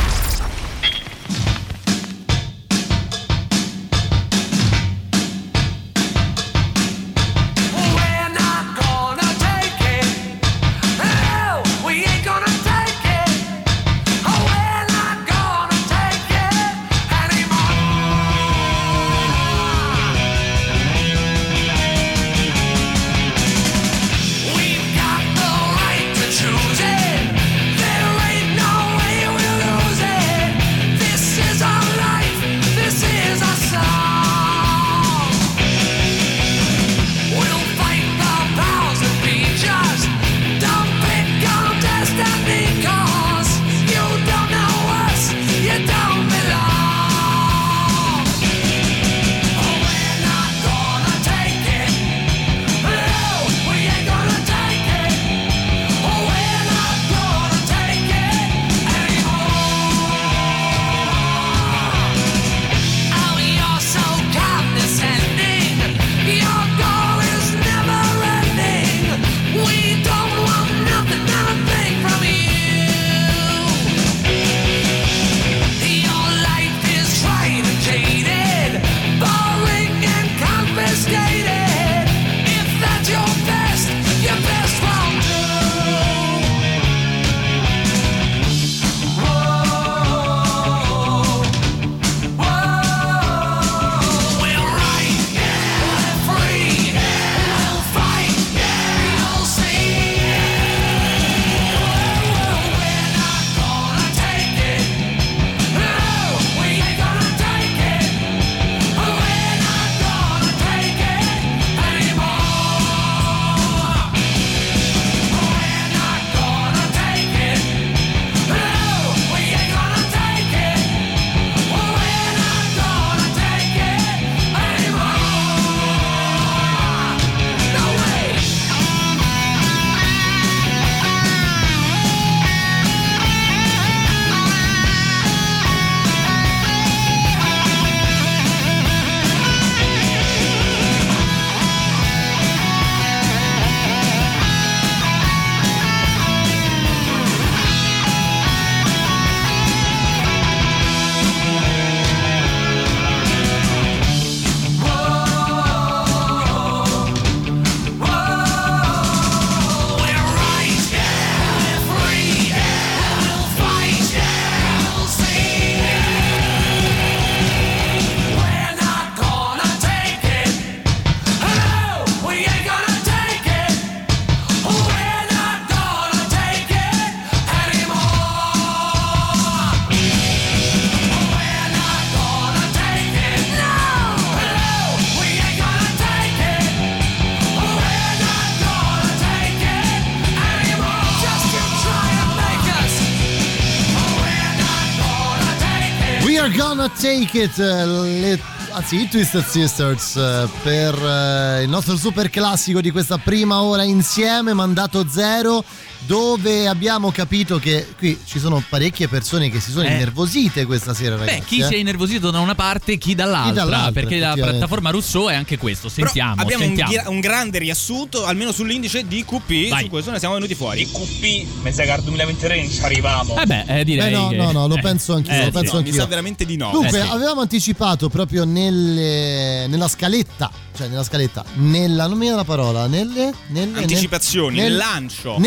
We're gonna take it, le, anzi i Twisted Sisters, per uh, il nostro super classico di questa prima ora insieme, mandato zero, dove abbiamo capito che qui ci sono parecchie persone che si sono Eh. innervosite questa sera, ragazzi. Beh, chi eh? si è innervosito da una parte, chi dall'altra, Chi dall'altra, perché la effettivamente. piattaforma Rousseau è anche questo. Però Sentiamo, abbiamo un, sentiamo. gra- un grande riassunto, almeno sull'indice di Q P. Vai. Su questo ne siamo venuti fuori. Q P, mi sa che al duemilaventitré non ci arriviamo. Eh beh, eh, direi Eh no, che- no, no, lo eh, penso anch'io, eh, lo sì. penso No, mi anch'io. sa veramente di no. Dunque, Eh sì. avevamo anticipato proprio nelle, nella scaletta, cioè nella scaletta, nella, non mi viene la parola, nelle, nelle Anticipazioni, nel, nel lancio. Nel lancio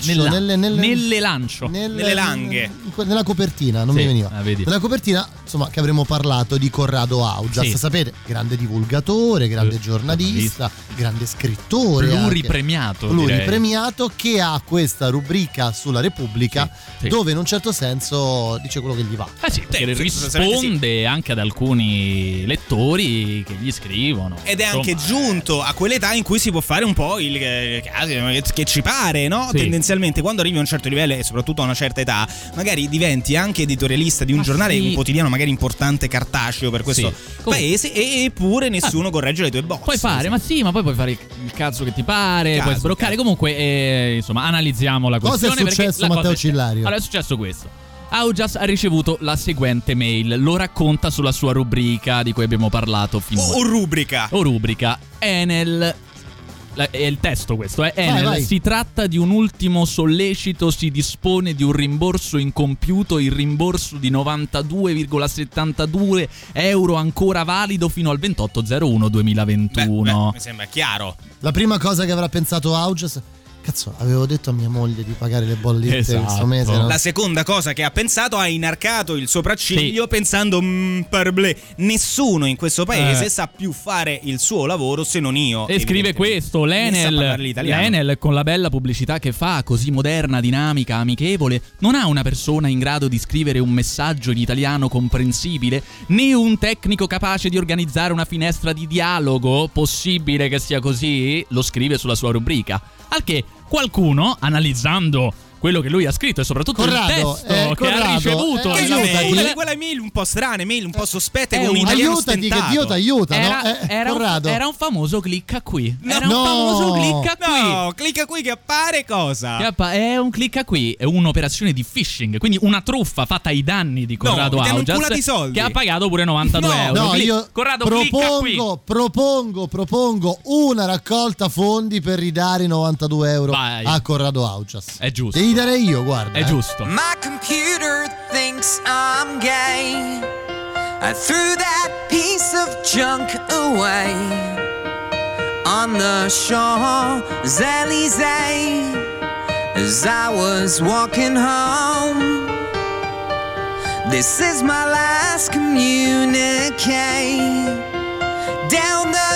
lancio, Nella- nelle, nelle, nelle lancio. nelle- Nelle langhe. in que- nella copertina, non Sì, mi veniva. ah, vedi. Nella copertina, insomma, che avremmo parlato di Corrado Augias. Sì. Sapete, grande divulgatore, grande Eh, giornalista, grande scrittore. anche. Pluripremiato, direi. Pluripremiato che ha questa rubrica sulla Repubblica sì. dove in un certo senso dice quello che gli va. Eh sì, perché Sì, risponde anche ad alcuni lettori che gli scrivono. Ed è Insomma, anche giunto a quell'età in cui si può fare un po' il eh, caso che, che ci pare, no? Sì. Tendenzialmente quando arrivi a un certo livello e soprattutto a una certa età, magari diventi anche editorialista di un Ma giornale, sì. un quotidiano magari importante cartaceo per questo Sì. paese, e eppure nessuno corregge le tue bozze. Puoi fare, ma sì, ma poi puoi fare il cazzo che ti pare, Caso, puoi sbroccare. caso. Comunque, eh, insomma, analizziamo la Cosa è questione. perché successo, la cosa Matteo è- Cillario? Allora, è successo questo. Augias ha ricevuto la seguente mail, lo racconta sulla sua rubrica di cui abbiamo parlato finora. O rubrica. O rubrica. Enel. la- È il testo questo, eh. Enel, vai. si tratta di un ultimo sollecito, si dispone di un rimborso incompiuto, il rimborso di novantadue virgola settantadue euro ancora valido fino al ventotto zero uno duemilaventuno. Beh, mi sembra chiaro. La prima cosa che avrà pensato Augias, cazzo, avevo detto a mia moglie di pagare le bollette Esatto. questo mese, no? La seconda cosa che ha pensato, ha inarcato il sopracciglio pensando "Mm, parblè, nessuno in questo paese Eh. sa più fare il suo lavoro se non io". E scrive evidentemente. questo, Ne sa parlare l'Enel, l'italiano. l'Enel con la bella pubblicità che fa, così moderna, dinamica, amichevole, non ha una persona in grado di scrivere un messaggio in italiano comprensibile, né un tecnico capace di organizzare una finestra di dialogo. Possibile che sia così? Lo scrive sulla sua rubrica. Al che qualcuno, analizzando quello che lui ha scritto e soprattutto Corrado, il testo eh, che Corrado, ha ricevuto, eh, alla aiutati. mail, Quella, quella mail un po' strane, mail un po' sospette, È con un un- italiano aiutati stentato. che Dio ti aiuta, era, no? Eh, era un, Corrado. era un famoso clicca qui. Era No. un famoso clicca qui. No, clicca qui che appare cosa? Che appa- È un clicca qui, è un'operazione di phishing, quindi una truffa fatta ai danni di Corrado No, ti hanno Augias, inculato i soldi. che ha pagato pure novantadue No, euro. No, Cli- io Corrado, clicca qui. propongo, propongo, propongo una raccolta fondi per ridare i novantadue euro Vai. a Corrado Augias. È giusto. Devi dare io, guarda. È eh. giusto. My computer thinks I'm gay. I threw that piece of junk away on the Champs-Élysées as I was walking home. This is my last communique down the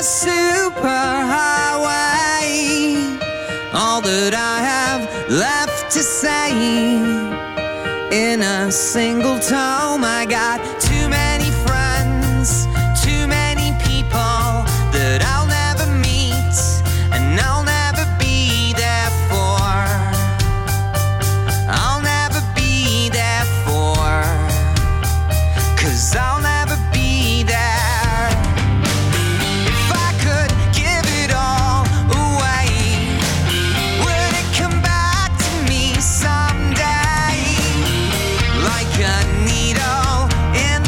superhighway. All that I have left to say in a single tome. I got too many friends, too many people that I'll never meet and I'll never be there for. I'll never be there for, 'cause I'll never be there. If I could give it all away, would it come back to me someday? Like a needle in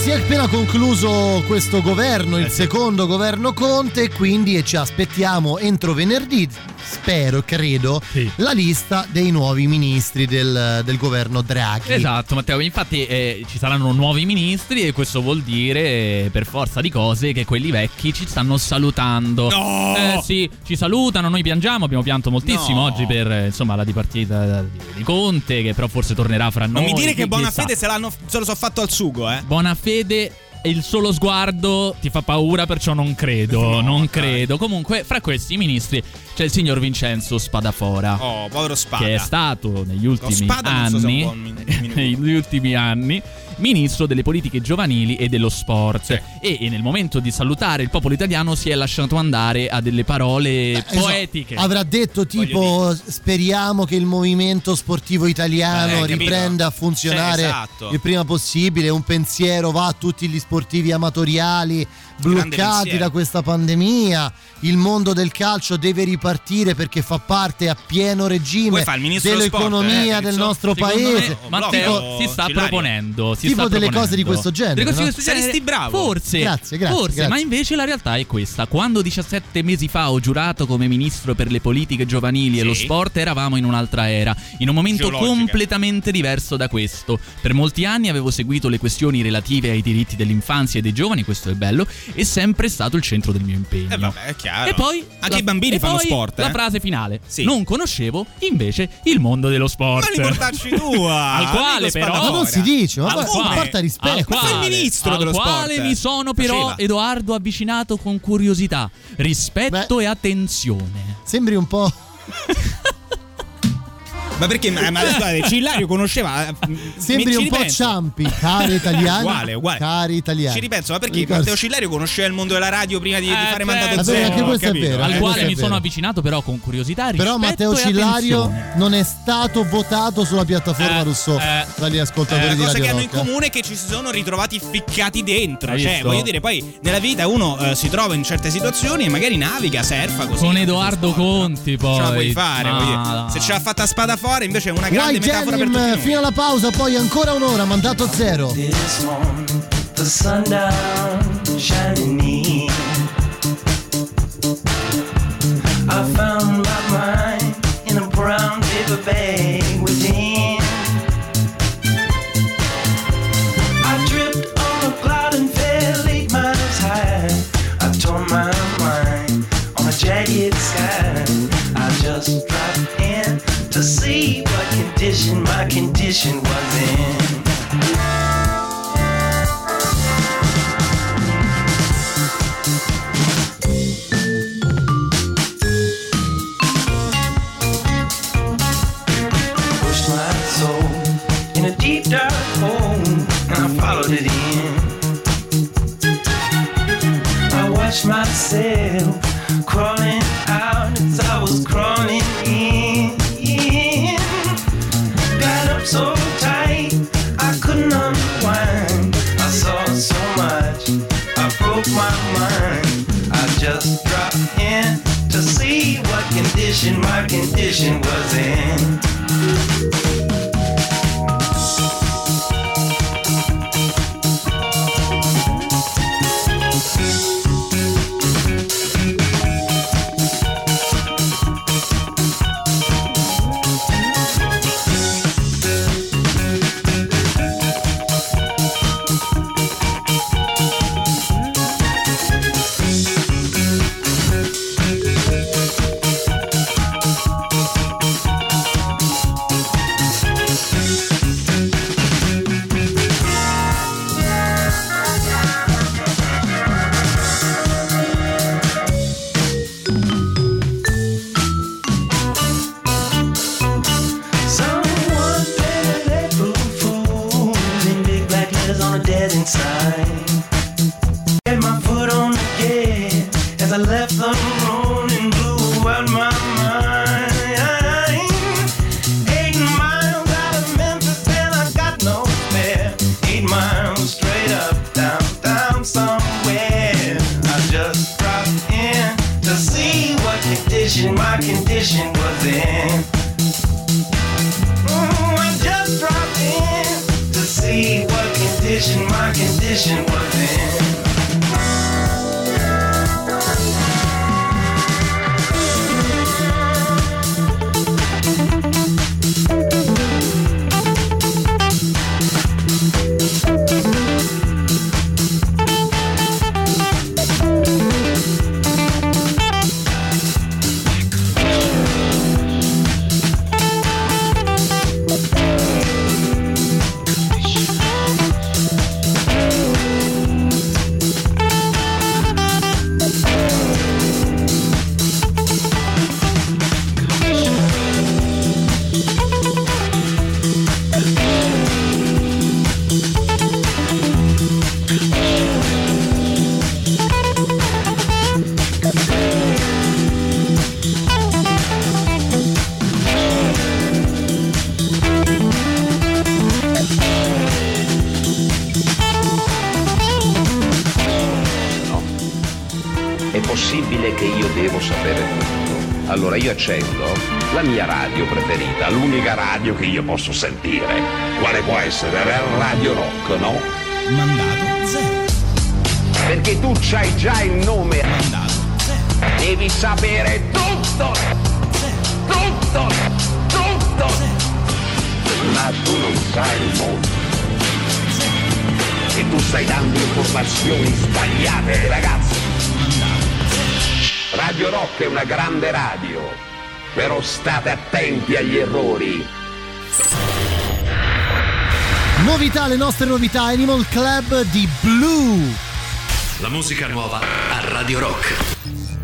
si è appena concluso questo governo, il secondo governo Conte, quindi ci aspettiamo entro venerdì, spero, credo, sì, la lista dei nuovi ministri del, del governo Draghi. Esatto, Matteo, infatti eh, ci saranno nuovi ministri e questo vuol dire eh, per forza di cose che quelli vecchi ci stanno salutando. No! Eh sì, ci salutano, noi piangiamo, abbiamo pianto moltissimo No. oggi per eh, insomma la dipartita di, di Conte, che però forse tornerà fra noi. Non mi dire che chi- Bonafede chissà. se l'hanno se lo so fatto al sugo, eh. Bonafede, il solo sguardo ti fa paura, perciò non credo, No, non dai. credo. Comunque, fra questi ministri c'è il signor Vincenzo Spadafora. Oh, povero Spada. Che è stato negli ultimi Spada non so se è un anni buon min- negli ultimi anni ministro delle politiche giovanili e dello sport, Sì. e, e nel momento di salutare il popolo italiano si è lasciato andare a delle parole Esatto. poetiche. Avrà detto tipo speriamo che il movimento sportivo italiano Eh, capito? riprenda a funzionare Sì, esatto. il prima possibile. Un pensiero va a tutti gli sportivi amatoriali bloccati pensiero. da questa pandemia. Il mondo del calcio deve ripartire perché fa parte a pieno regime Poi fa il ministro dello sport, dell'economia eh, del Rizzo? nostro Secondo paese. me, Matteo Tipo- si sta Cillario. proponendo si Tipo sta delle proponendo. cose di questo genere, Delle cose no? di questo genere. Saresti bravo. Forse, Grazie, grazie, forse, grazie. ma invece la realtà è questa. Quando diciassette mesi fa ho giurato come ministro per le politiche giovanili e Sì. lo sport, eravamo in un'altra era, in un momento Geologica. completamente diverso da questo. Per molti anni avevo seguito le questioni relative ai diritti dell'infanzia e dei giovani, questo è bello, è sempre stato il centro del mio impegno. Eh vabbè, è chiaro. E poi anche la- i bambini e fanno poi sport, eh. La frase finale. Sì. Non conoscevo invece il mondo dello sport. Ma li portacci tua. Al quale amico però- Spadafora. Ma non si dice, ma Al poi- quale- porta rispetto. al Ma fai il quale- ministro al dello quale sport. mi sono però Faceva. Edoardo avvicinato con curiosità, rispetto e attenzione. Sembri un po'. Ma perché? Ma, ma scusate, Cillario conosceva. Sembri mi- ci un po' ripenso. Ciampi, cari italiani. Uguale, uguale. Cari italiani. Ci ripenso, ma perché Ricordi- Matteo Cillario conosceva il mondo della radio prima di, di Eh, fare certo. mandato Vabbè, zero? anche questo è capito? vero, Al eh, quale questo è mi sono vero. avvicinato però con curiosità, rispetto Però Matteo e Cillario attenzione. non è stato votato sulla piattaforma Eh, Rousseau eh, dagli ascoltatori La di cosa Radio che hanno Rock. in comune è che ci si sono ritrovati ficcati dentro. Hai Cioè, visto? voglio dire, poi nella vita uno eh, si trova in certe situazioni e magari naviga, surfa così. Con Edoardo Conti poi. Ce la puoi fare, Ma- voglio dire. Se ce l'ha fatta Spadafora invece è una grande White metafora per tutti Denim noi. fino alla pausa, poi ancora un'ora, mandato zero. This morning, the sundown shining in. I found my mind in a brown paper bag within. I tripped on a cloud and fell eight miles high. I tore my mind on a jagged sky. I just dropped in to see what condition my condition was in. Pushed my soul in a deep dark hole, and I followed it in. I watched myself crawling out as I was crawling in. Got up so tight I couldn't unwind. I saw so much, I broke my mind. I just dropped in to see what condition my condition was in. Someone better let fools in big black letters on a dead inside. Had my foot on the gas as I left the road and blew out my mind. Eight miles out of Memphis and I got no fare. Eight miles straight up, down, down somewhere. I just dropped in to see what condition my condition was in. Mm, I just dropped in to see what condition condition, my condition was in. Allora io accendo la mia radio preferita, l'unica radio che io posso sentire. Quale può essere? Radio Rock, no? Mandato zero. Perché tu c'hai già il nome. Mandato zero. Devi sapere tutto. Zero. Tutto. Tutto. Zero. Ma tu non sai il mondo. Zero. E tu stai dando informazioni sbagliate, ragazzi. Mandato. Radio Rock è una grande radio, però state attenti agli errori. Novità, le nostre novità, Animal Club di Blue. La musica nuova a Radio Rock.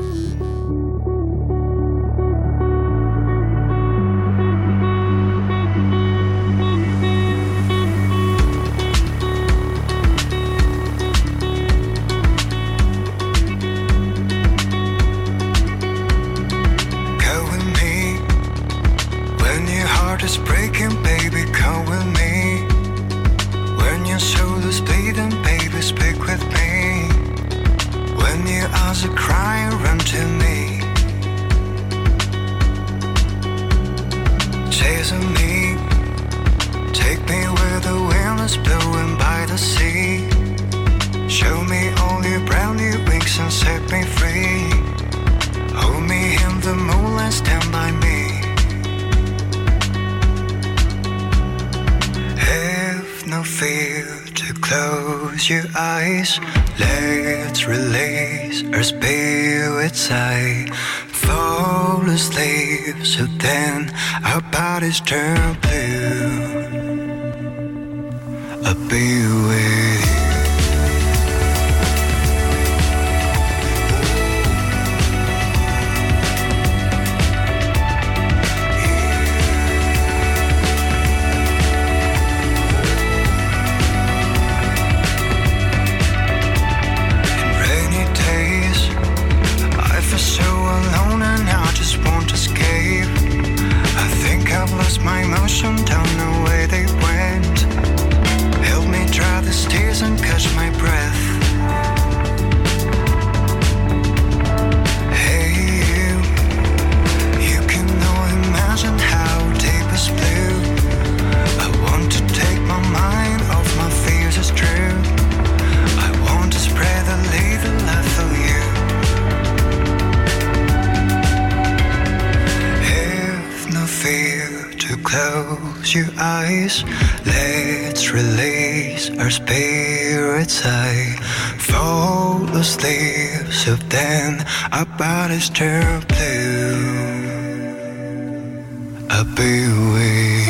Let's release our spirits high, fall asleep, so then our bodies turn blue. I'll be with you. My emotion, don't know where they went. Help me dry the tears and catch my breath. Hey you, you can only imagine how deep is blue. I want to take my mind off my fears, it's true. I want to spread the little love for you. Have no fear. Close your eyes, let's release our spirits high. Fall asleep, so then our bodies turn blue. I'll be with you.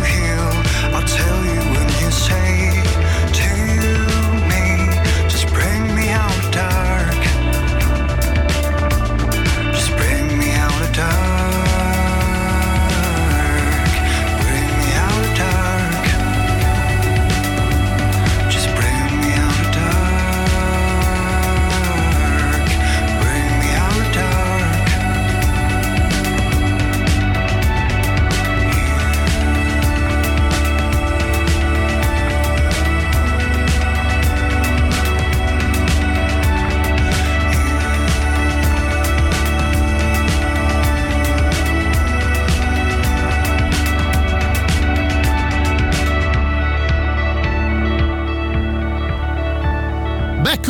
Just pray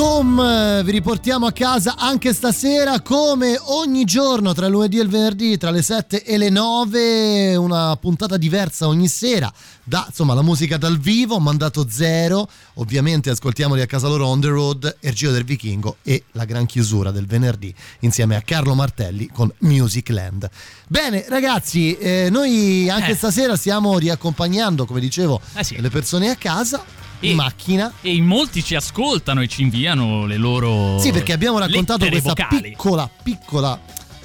com, vi riportiamo a casa anche stasera come ogni giorno tra il lunedì e il venerdì tra le sette e le nove, una puntata diversa ogni sera da insomma la musica dal vivo, mandato zero, ovviamente ascoltiamoli a casa loro on the road, il Giro del Vichingo e la gran chiusura del venerdì insieme a Carlo Martelli con Music Land. Bene ragazzi, eh, noi anche eh. stasera stiamo riaccompagnando, come dicevo, eh sì. le persone a casa e, in macchina, e in molti ci ascoltano e ci inviano le loro sì, perché abbiamo raccontato questa vocali. piccola piccola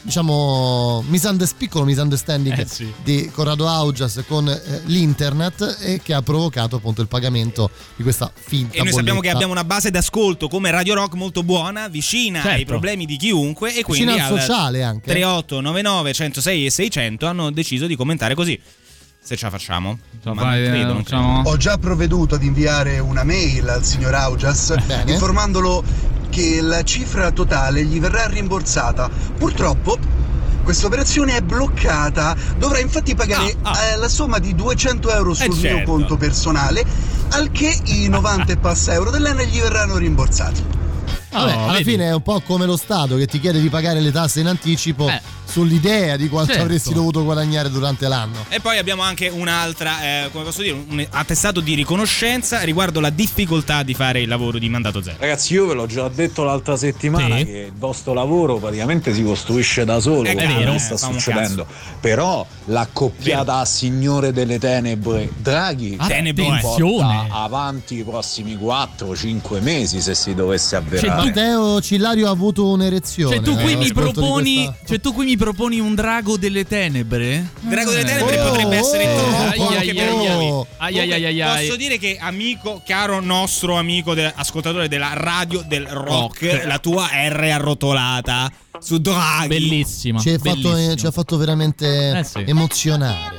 diciamo misunderst- piccolo misunderstanding eh sì. di Corrado Augias con eh, l'internet, e che ha provocato appunto il pagamento di questa finta e noi bolletta. sappiamo che abbiamo una base d'ascolto come Radio Rock molto buona, vicina certo. ai problemi di chiunque, e quindi vicina al al sociale anche tre otto nove nove uno zero sei e seicento hanno deciso di commentare così. Se ce la facciamo, ma vai, non credo, non credo. Ho già provveduto ad inviare una mail al signor Augias Bene. informandolo che la cifra totale gli verrà rimborsata. Purtroppo questa operazione è bloccata, dovrà infatti pagare ah, ah. Eh, la somma di duecento euro sul eh mio certo. conto personale, al che i novanta e passa euro dell'Enel gli verranno rimborsati. Vabbè, Oh, alla vedi. fine è un po' come lo Stato che ti chiede di pagare le tasse in anticipo Eh. sull'idea di quanto Certo. avresti dovuto guadagnare durante l'anno. E poi abbiamo anche un'altra, eh, come posso dire, un attestato di riconoscenza riguardo la difficoltà di fare il lavoro di mandato zero. Ragazzi, io ve l'ho già detto l'altra settimana Sì. che il vostro lavoro praticamente si costruisce da solo, È come vero, sta fa un succedendo. Però l'accoppiata a Signore delle Tenebre Draghi Tenebre. porta avanti i prossimi quattro cinque mesi se si dovesse avverare. Matteo Cillario ha avuto un'erezione. Cioè tu qui eh, mi ascolto di proponi questa- cioè tu qui mi proponi un drago delle tenebre? Drago delle Tenebre Oh, potrebbe essere oh, troppo oh, anche oh, per oh. lui. Ai ai ai ai ai. Posso dire che amico, caro nostro amico de- ascoltatore della radio del rock, Rock. la tua R arrotolata su Draghi. Bellissima. Ci ha fatto, bellissima. ci ha fatto veramente Eh sì. emozionare.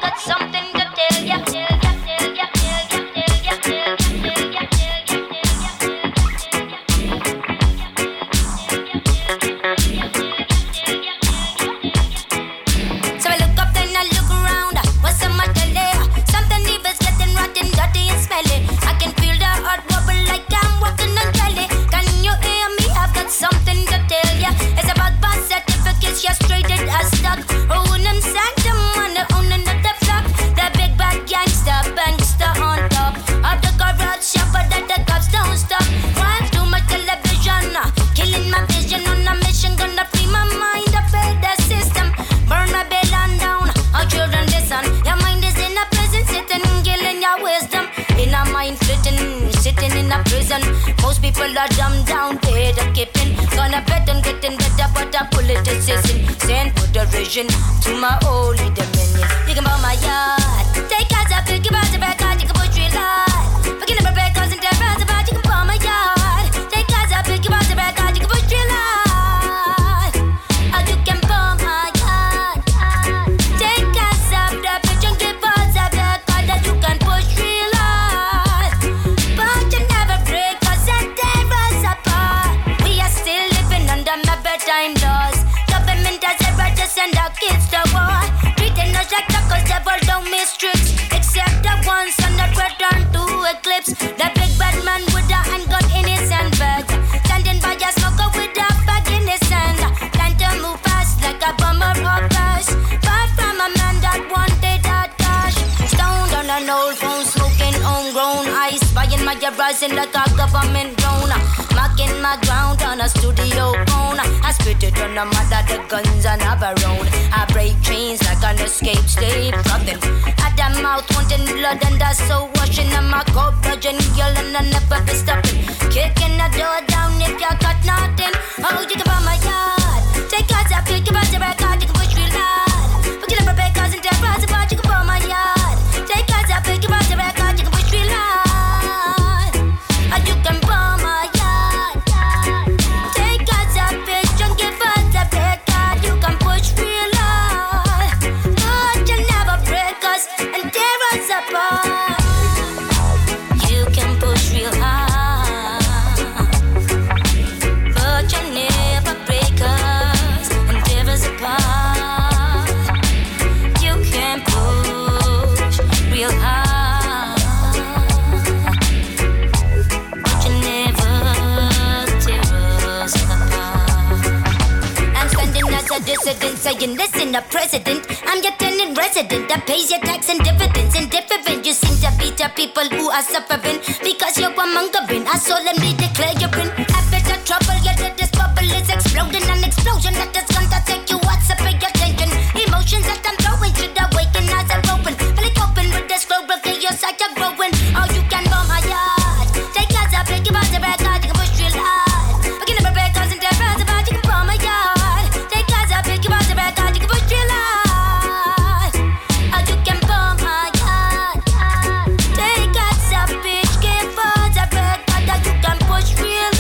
So I look up then I look around. What's the matter there? Something evil's getting rotten, dirty and smelly. I can feel the heart wobble like I'm walking on jelly. Can you hear me? I've got something to tell ya. It's about birth certificates, you're straighted as stuck. Oh, and I'm sanctum on the own and the flock. The big bad gangster, bankster on top. Of the corrupt shopper that the cops don't stop. Watch too much television, uh, killing my vision on a mission. Gonna free my mind, I feel the system. Burn my Babylon down, our children listen. Your mind is in a prison, sitting, killing your wisdom. In a mind flitting, sitting in a prison. Most people are dumbed down, paid a keeping. Gonna bet on getting better, but a politicizing. Send for derision to my holy dominion. You can buy my yard, take as a pick, you bounce it back out, you can put real life. Forget about breakers and dead rounds about, you can buy my yard. Take as a pick, you bounce it back out, you can put real life. Or you can buy my yard. Take us up the bitch and give us a record that you can push real life. But you never break us and tear us apart. We are still living under my bedtime laws. Government has ever just send our kids to war. Treating us like truckers, devil don't miss tricks. Except the ones on the return to eclipse. The big bad man with a handgun in his handbag. Standing by a smoker with a bag in his hand. Plan to move fast like a bomber or bus. Far from a man that wanted that cash. Stoned on an old phone, smoking homegrown ice. Buying my rising like a government drone. Marking my ground on a studio phone. I spit it on the mother, the guns and have a road. I break chains like an escaped slave. Nothing at the mouth, wanting blood and that's so washing. I'm a cold virgin girl and I never be stopping. Kicking the door down if you got nothing. Oh, you can buy my yard. Take us up, you can buy the record, you can push real hard. Forget about breakers and dead rounds about, you can buy my yard. Take us up, you can buy the record, you can push real hard. Or you can buy my yard. Take us up, bitch, and give us a record, you can push real hard. But you never break us and tear us apart. You can push real hard, but you never break us. resident saying listen the president. I'm your tenant resident that pays your tax and dividends. Indifferent, you seem to be the people who are suffering because you're a mongering. I solemnly declare you're in habit of trouble. Your this bubble is exploding, an explosion that is gonna take you out. So pay attention. Emotions that I'm throwing should awaken as I'm open. Fully open with this globe, okay, your sight are growing. Oh, you can bomb my yard. Take us up, make you bounce the red card, you can push real hard. Again, the red cards and the red about you can bomb my yard. Take us up, make you bounce the red card, you can push real hard. Oh, you can bomb my yard. Take us up, bitch, give us the red card that you can push real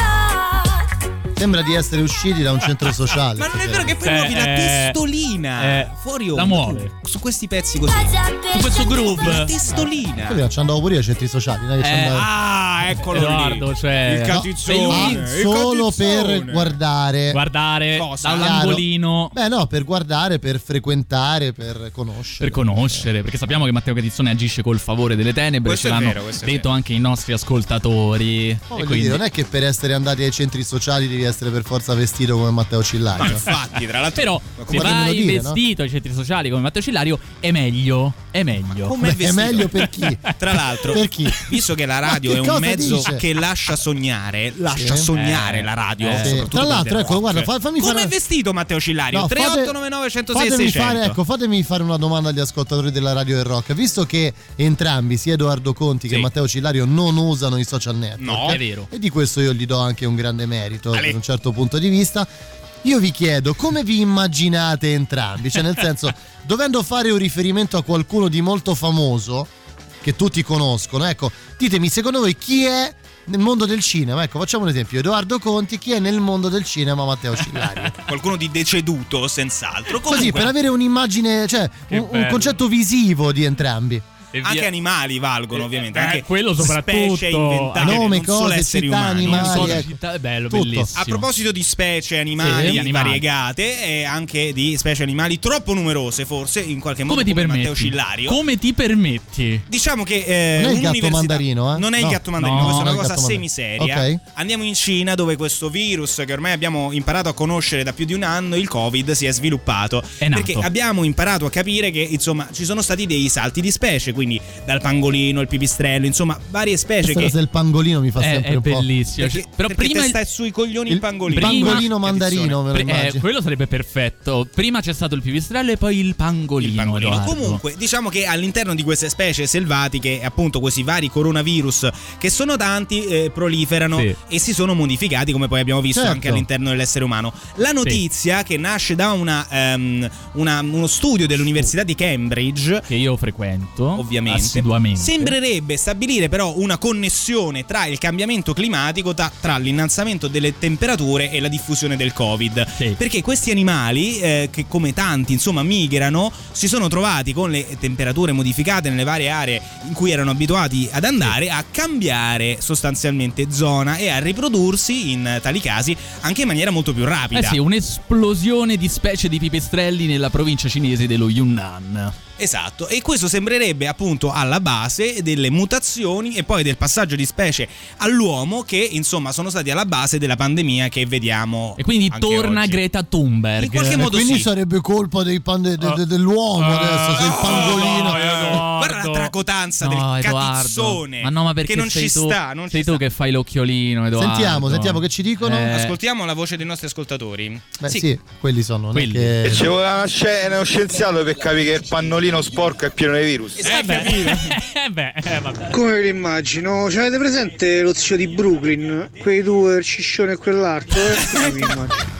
hard. Sembra di essere usciti da un centro sociale. Ma non è vero che poi Cioè, muovi la eh, testolina eh, fuori la onda, muove. su questi pezzi così. Su questo groove. La testolina. Io ci andavo pure ai centri sociali, non è che ci Eh, andavo- Ah, eccolo Edoardo, lì. cioè, il no, catizzone. Ah, il solo catizzone. per guardare. Guardare Cosa? dall'angolino. Beh, no, per guardare, per frequentare, per conoscere. Per conoscere, perché sappiamo che Matteo Catizzone agisce col favore delle tenebre, Questo ce è l'hanno vero, questo è detto vero. anche i nostri ascoltatori. Oh, E voglio quindi- dire, non è che per essere andati ai centri sociali devi essere per forza vestito come Matteo Ma Cillario. infatti, tra l'altro. Però Ma se come vai devono dire, vestito ai centri sociali come Matteo Cillario è meglio, è meglio. come Beh, è vestito? meglio per chi? Tra l'altro, Per chi? visto che la radio Ma è che un cosa mezzo dice? che lascia sognare, lascia Sì. sognare Eh, la radio. eh, Sì. soprattutto Tra per l'altro, The ecco, Rock. guarda, fa- fammi Come fare è vestito Matteo Cillario? No, tre fate- otto nove nove uno zero sei Fatemi seicento. fare, ecco, fatemi fare una domanda agli ascoltatori della Radio del Rock. Visto che entrambi, sia Edoardo Conti che Sì. Matteo Cillario, non usano i social network, No, è vero. e di questo io gli do anche un grande merito Ale. per un certo punto di vista. Io vi chiedo come vi immaginate entrambi, cioè nel senso, dovendo fare un riferimento a qualcuno di molto famoso che tutti conoscono, ecco, ditemi secondo voi chi è nel mondo del cinema. Ecco, facciamo un esempio: Edoardo Conti, chi è nel mondo del cinema Matteo Cillario? Qualcuno di deceduto, senz'altro. Così, Comunque, per avere un'immagine, cioè Che un, un bello. concetto visivo di entrambi. E via. anche animali valgono, ovviamente. Eh, anche quello soprattutto. specie inventate, Nome, non solo cose, esseri città, umani. animali, Non so, ecco. città- è bello, Tutto. bellissimo. A proposito di specie animali Sì. Animali. variegate e anche di specie animali troppo numerose, forse in qualche modo, come ti come permetti? Matteo Cillario. Come ti permetti? Diciamo che eh, Non è il gatto un'università- mandarino, eh? Non è il No. gatto mandarino, No, questa è non una è il cosa gatto mandarino. semiseria. Ok. Andiamo in Cina, dove questo virus che ormai abbiamo imparato a conoscere da più di un anno, il Covid, si è sviluppato. È nato. Perché abbiamo imparato a capire che insomma ci sono stati dei salti di specie, quindi dal pangolino, il pipistrello, insomma varie specie Questa che cosa del pangolino mi fa È, sempre è un po'. bellissimo. perché, Cioè, però perché prima te il- stai sui coglioni il, Il pangolino. prima- pangolino mandarino, me lo Pre- eh, immagino. quello sarebbe perfetto. Prima c'è stato il pipistrello e poi il pangolino. Il pangolino. Edoardo. Comunque, diciamo che all'interno di queste specie selvatiche, appunto, questi vari coronavirus, che sono tanti, eh, proliferano Sì. e si sono modificati, come poi abbiamo visto Certo. anche all'interno dell'essere umano. La notizia, che nasce da una, ehm, una- uno studio dell'Università di Cambridge, che io frequento ovviamente, assiduamente. sembrerebbe stabilire però una connessione tra il cambiamento climatico, tra, tra l'innalzamento delle temperature e la diffusione del Covid. Sì. Perché questi animali, eh, che come tanti insomma migrano, si sono trovati con le temperature modificate nelle varie aree in cui erano abituati ad andare, a cambiare sostanzialmente zona e a riprodursi in tali casi anche in maniera molto più rapida. Eh sì, un'esplosione di specie di pipistrelli nella provincia cinese dello Yunnan. Esatto, e questo sembrerebbe appunto alla base delle mutazioni e poi del passaggio di specie all'uomo, che insomma sono stati alla base della pandemia che vediamo. E quindi anche torna oggi. Greta Thunberg. In qualche E modo quindi sì. sarebbe colpa dei pande- de- de- dell'uomo Uh, adesso, se il pangolino. no, Edoardo. Guarda la tracotanza No, del Edoardo. catizzone. Ma no, ma perché che non sei ci tu, sta, non sei ci tu sta. che fai l'occhiolino, Edoardo. Sentiamo, sentiamo che ci dicono. Eh, Ascoltiamo la voce dei nostri ascoltatori. Beh, sì. quelli sono. non è Quelli. che- E ci vuole una sci- uno scienziato per capire che il pannolino sporco è pieno di virus. Eh beh, eh beh, eh, vabbè. Come ve lo immagino? Cioè, avete presente lo zio di Brooklyn? Quei due, il ciscione e quell'altro? Eh? Come vi immagino?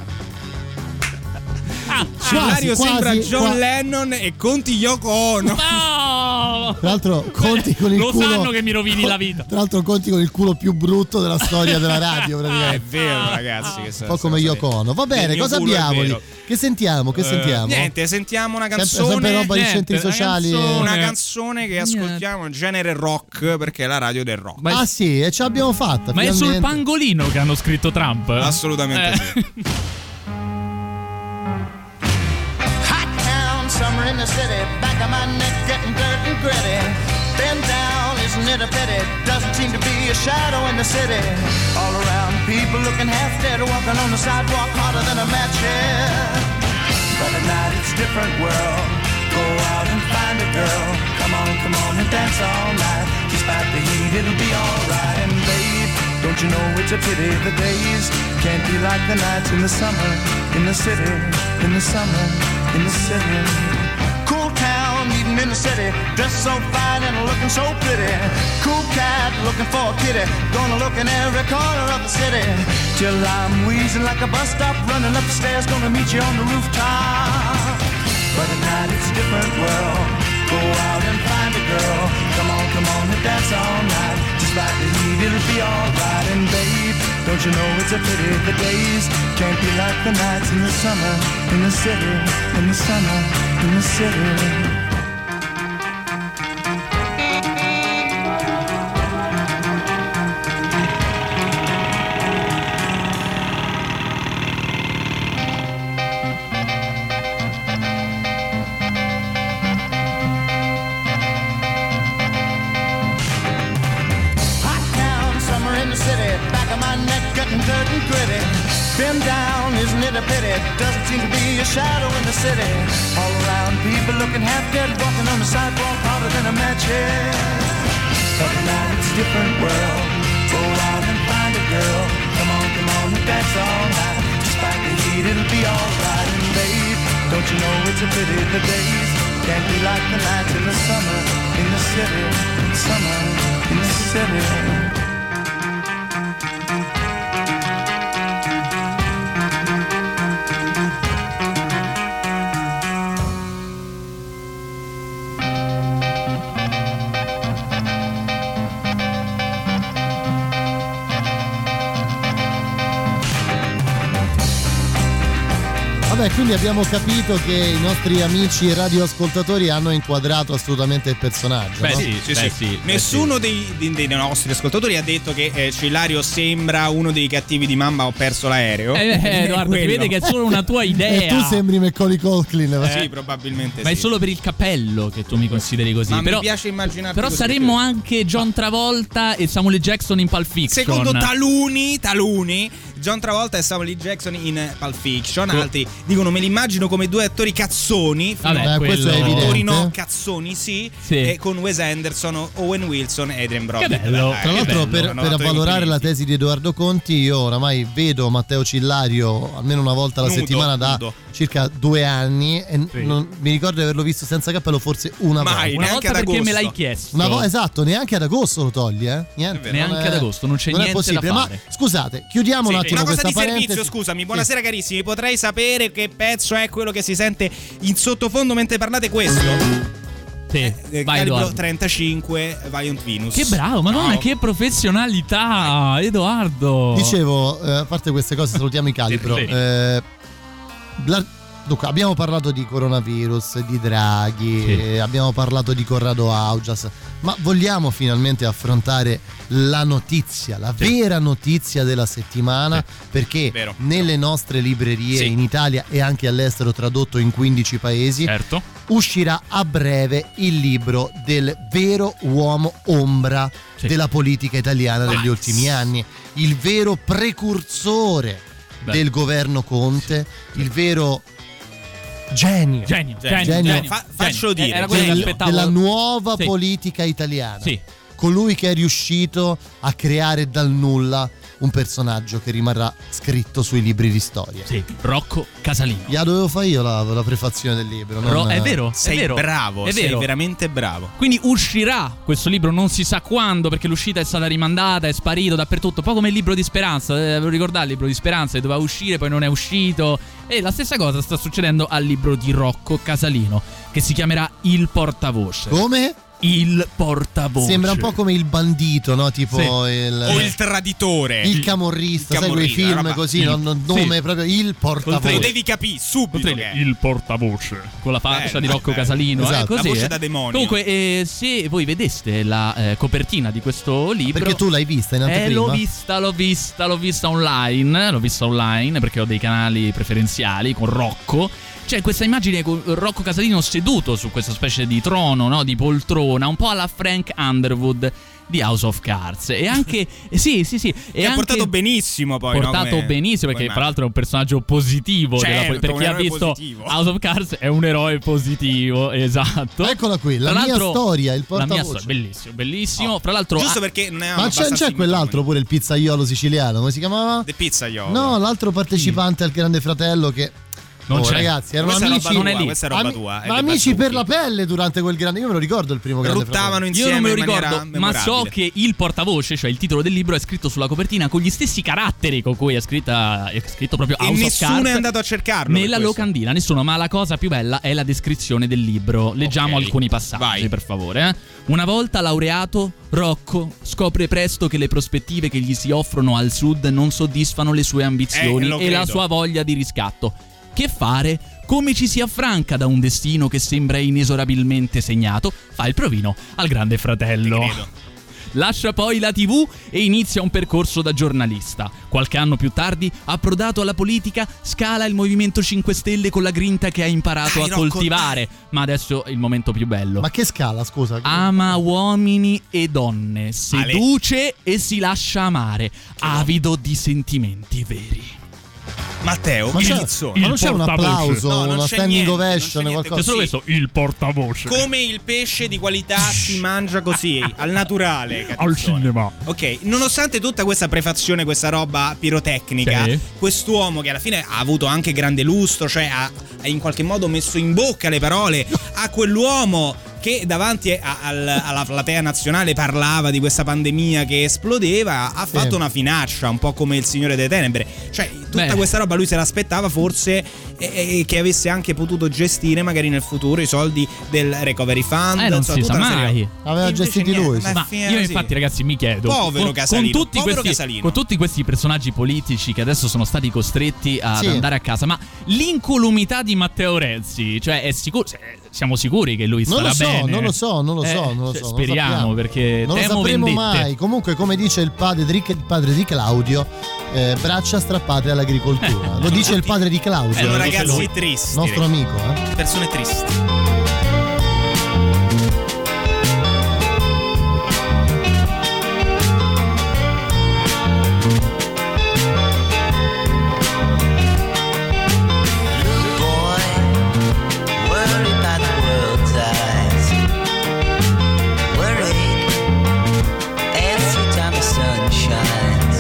Cillario quasi, sembra John qua- Lennon e Conti Yoko Ono. No! Tra l'altro conti con il Lo culo. sanno che mi rovini la vita. Tra l'altro conti con il culo più brutto della storia della radio, È praticamente. vero, ragazzi. Che Un po' come Yoko Ono. Va bene, Il mio cosa culo è abbiamo lì? vero. Che sentiamo? Che Eh, sentiamo? Niente, sentiamo una Sempre- canzone. sempre roba di niente, centri una sociali. canzone. Una canzone che ascoltiamo, genere rock, perché è la radio del rock. Ma, Ah sì, e ce l'abbiamo fatta. ma è sul finalmente. pangolino che hanno scritto Trump? Assolutamente Eh. sì. Hot town, summer in the city, back of my neck getting dirt and gritty. Bend down, isn't it a pity? Doesn't seem to be a shadow in the city. All around, people looking half dead, walking on the sidewalk harder than a match, yeah. different world. Go out and find a girl. Come on, come on and dance all night. Despite the heat, it'll be alright. And babe, don't you know it's a pity the days can't be like the nights in the summer, in the city, in the summer, in the city. Cool town, meeting in the city, dressed so fine and looking so pretty. Cool cat, looking for a kitty, gonna look in every corner of the city. Till I'm wheezing like a bus stop, running up the stairs, gonna meet you on the rooftop. But at night it's a different world. Go out and find a girl. Come on, come on and dance all night. Despite the heat, it'll be alright. And babe, don't you know it's a pity the days can't be like the nights in the summer, in the city, in the summer, in the city. Been down, isn't it a pity? Doesn't seem to be a shadow in the city. All around, people looking half dead, walking on the sidewalk harder than a match head. But now it's a different world. Go out and find a girl. Come on, come on and dance all night. Despite the heat, it'll be alright. And babe, don't you know it's a pity the days can't be like the nights in the summer, in the city, summer, in the city. Vabbè, quindi abbiamo capito che i nostri amici radioascoltatori hanno inquadrato assolutamente il personaggio. Beh, no? sì, sì, Beh, sì. sì, Nessuno beh, sì. Dei, dei, dei nostri ascoltatori ha detto che eh, Cillario sembra uno dei cattivi di Mamma Ho perso l'aereo. Eh, eh, Edoardo, si vede che è solo una tua idea. E tu sembri Macaulay Culkin. Eh, sì, probabilmente Ma sì. è solo per il cappello che tu mi consideri così. Ma però, mi piace immaginarti Però così saremmo per te. anche John Travolta e Samuel L. Jackson in Pulp Fiction. Secondo taluni, taluni, John Travolta e Samuel L. Jackson in Pulp Fiction. Co- Altri dicono me li immagino come due attori cazzoni. Vabbè, no, questo è quello- evidente. attori no, cazzoni sì, Sì. E con Wes Anderson, Owen Wilson e Adrian Brody. Che bello. Tra l'altro, per, per avvalorare la tesi di Edoardo Conti, io oramai vedo Matteo Cillario almeno una volta alla Nudo, settimana da nudo. circa due anni e Sì. non, mi ricordo di averlo visto senza cappello forse una Mai, volta. Una neanche volta ad perché me agosto. l'hai chiesto. Una vo- esatto, neanche ad agosto lo togli, eh? Niente, È vero. non Neanche è- ad agosto, non c'è non è niente da possibile. fare. Ma scusate, chiudiamo Sì, un attimo una cosa questa di parentesi. servizio, scusami, Sì. buonasera carissimi, potrei sapere che pezzo è quello che si sente in sottofondo mentre parlate questo? Sì, Eh, vai calibro Edoardo. trentacinque Valiant Venus. Che bravo, madonna, No. che professionalità, Edoardo. Dicevo, eh, a parte queste cose, salutiamo i calibro. Sì. Eh, la- dunque, abbiamo parlato di coronavirus, di Draghi, Sì. eh, abbiamo parlato di Corrado Augias, ma vogliamo finalmente affrontare la notizia, la Sì. vera notizia della settimana, perché Vero. nelle nostre librerie Sì. in Italia e anche all'estero, tradotto in quindici paesi, Certo. uscirà a breve il libro del vero uomo ombra Sì. della politica italiana degli Ah, ultimi sì. anni, il vero precursore Beh. del governo Conte, il vero genio, Genio, Genio. genio, genio. Fa- faccelo Genio. dire. Era quello che del- aspettavo. della nuova Sì. politica italiana. Sì. Colui che è riuscito a creare dal nulla un personaggio che rimarrà scritto sui libri di storia. Sì, Rocco Casalino. Ya dovevo fare io la, la prefazione del libro. non- Ro- è vero, Sei è vero. bravo, è sei vero. veramente bravo. Quindi uscirà questo libro, non si sa quando, perché l'uscita è stata rimandata, è sparito dappertutto. Un po' come il libro di Speranza. Eh, ve lo ricordate il libro di Speranza? Che doveva uscire, poi non è uscito. E la stessa cosa sta succedendo al libro di Rocco Casalino, che si chiamerà Il Portavoce. Come? Il Portavoce. Sembra un po' come il bandito, no? Tipo Sì. il, O il traditore. il camorrista, Il sai quei camorrista, film roba- così, il- no? No- nome sì. proprio il Lo portavoce. devi capire subito. Potrei- che è. il portavoce con la faccia Bello, di Rocco bello. Casalino, Esatto. eh, così, La voce eh. da demonio. Comunque, eh, se voi vedeste la eh, copertina di questo libro, Perché tu l'hai vista in Eh, anteprima? l'ho vista, l'ho vista, l'ho vista online. L'ho vista online perché ho dei canali preferenziali con Rocco. C'è questa immagine con Rocco Casalino seduto su questa specie di trono, no? Di poltrona, un po' alla Frank Underwood. di House of Cards. E anche eh, sì, sì, sì, e ha anche portato benissimo poi, portato no? Come, benissimo perché come fra l'altro è un personaggio positivo, certo, della, per chi ha visto positivo. House of Cards è un eroe positivo, esatto. Eccola qui, la Fra mia l'altro, storia, il la mia portavoce. storia, bellissimo, bellissimo. Oh, Fra l'altro giusto ah, perché non è Ma c'è, c'è quell'altro pure, il pizzaiolo siciliano, come si chiamava? The Pizzaiolo. No, l'altro partecipante al Grande Fratello che Non oh, c'è. ragazzi, erano Questa è amici, roba tua, non è lì. questa è roba ami- tua. è ma dei amici per bazzucchi. la pelle durante quel grande. Io me lo ricordo il primo Grande Ruttavano Fratello. insieme Io non me lo in maniera ricordo, ma so memorabile. che il portavoce, cioè il titolo del libro, è scritto sulla copertina con gli stessi caratteri con cui è scritta, è scritto proprio E House of nessuno Cards è andato a cercarlo per nella questo. locandina, nessuno. Ma la cosa più bella è la descrizione del libro. Leggiamo Ok, alcuni passaggi, vai. per favore. eh. Una volta laureato, Rocco scopre presto che le prospettive che gli si offrono al sud non soddisfano le sue ambizioni Eh, lo e la credo. sua voglia di riscatto. Che fare? Come ci si affranca da un destino che sembra inesorabilmente segnato? Fa il provino al Grande Fratello. Te credo. Lascia poi la tivù e inizia un percorso da giornalista. Qualche anno più tardi, approdato alla politica, scala il Movimento cinque Stelle con la grinta che ha imparato Dai, a Rocco, coltivare. Ma adesso è il momento più bello. Ma che scala, scusa? Ama uomini e donne, seduce e si lascia amare, avido di sentimenti veri. Matteo, Ma il c'è, lizzone. ma non c'è un applauso, No, non una c'è standing niente, ovation, non c'è qualcosa? Solo questo, il portavoce. Come il pesce di qualità si mangia così, al naturale. Al Catizzone. cinema. Ok, nonostante tutta questa prefazione, questa roba pirotecnica, Sì. quest'uomo che alla fine ha avuto anche grande lustro, cioè ha, ha in qualche modo messo in bocca le parole a quell'uomo che davanti a- al- alla platea nazionale parlava di questa pandemia che esplodeva, ha Sì. fatto una finaccia, un po' come il Signore delle Tenebre. Cioè, tutta Beh. questa roba lui se l'aspettava forse e, e che avesse anche potuto gestire magari nel futuro i soldi del Recovery Fund. Eh, non insomma, si tutta sa una serie di- mai. Aveva Invece gestiti niente, lui, sì. Ma fine io così. infatti ragazzi mi chiedo Povero con, Casalino, con tutti povero questi, Casalino. con tutti questi personaggi politici che adesso sono stati costretti ad Sì. andare a casa, ma l'incolumità di Matteo Renzi, cioè è sicuro, siamo sicuri che lui Non starà lo so, bene? non lo so, non lo so, Eh, non lo cioè, so. non lo speriamo sappiamo. perché non lo temo sapremo vendette. mai. Comunque, come dice il padre di, il padre di Claudio, eh, braccia strappate all'agricoltura. Lo dice il padre di Claudio. Sono eh, ragazzi il tristi. nostro amico, eh. Persone tristi. Worried by the world's eyes. Worried every time the sun shines.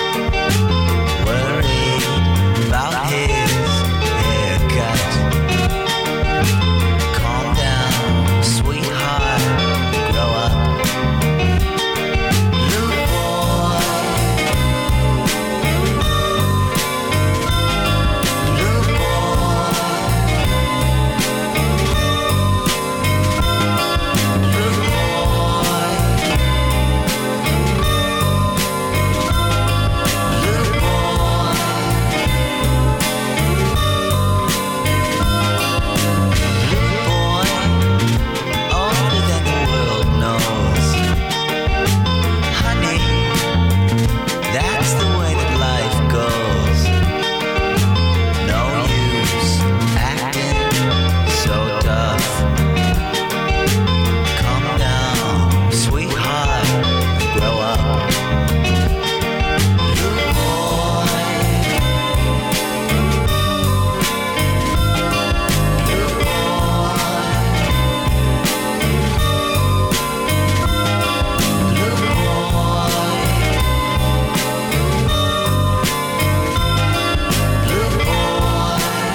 Worried about his haircut. Calm down, sweetheart, grow up. Little boy. Little boy. Older than the world knows. Honey, that's the way that life goes. No use acting so tough. Calm down, sweetheart, grow up. Little boy. Little boy. Little boy. Little boy.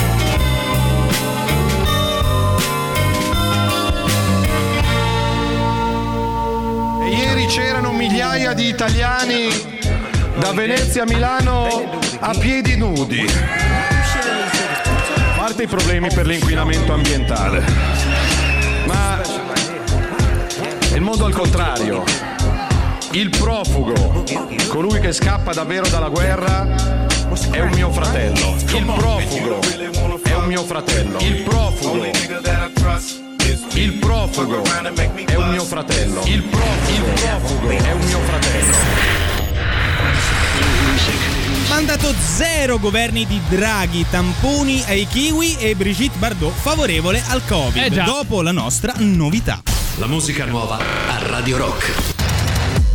E ieri c'erano migliaia di italiani da Venezia a Milano a piedi nudi. A parte i problemi per l'inquinamento ambientale, ma è il mondo al contrario. Il profugo, colui che scappa davvero dalla guerra, è un mio fratello. Il profugo è un mio fratello. Il profugo. Il profugo è un mio fratello. Il profugo, il profugo è un mio fratello. Mandato zero governi di Draghi, tamponi ai kiwi e Brigitte Bardot favorevole al Covid. Eh già. Dopo la nostra novità. La musica nuova a Radio Rock.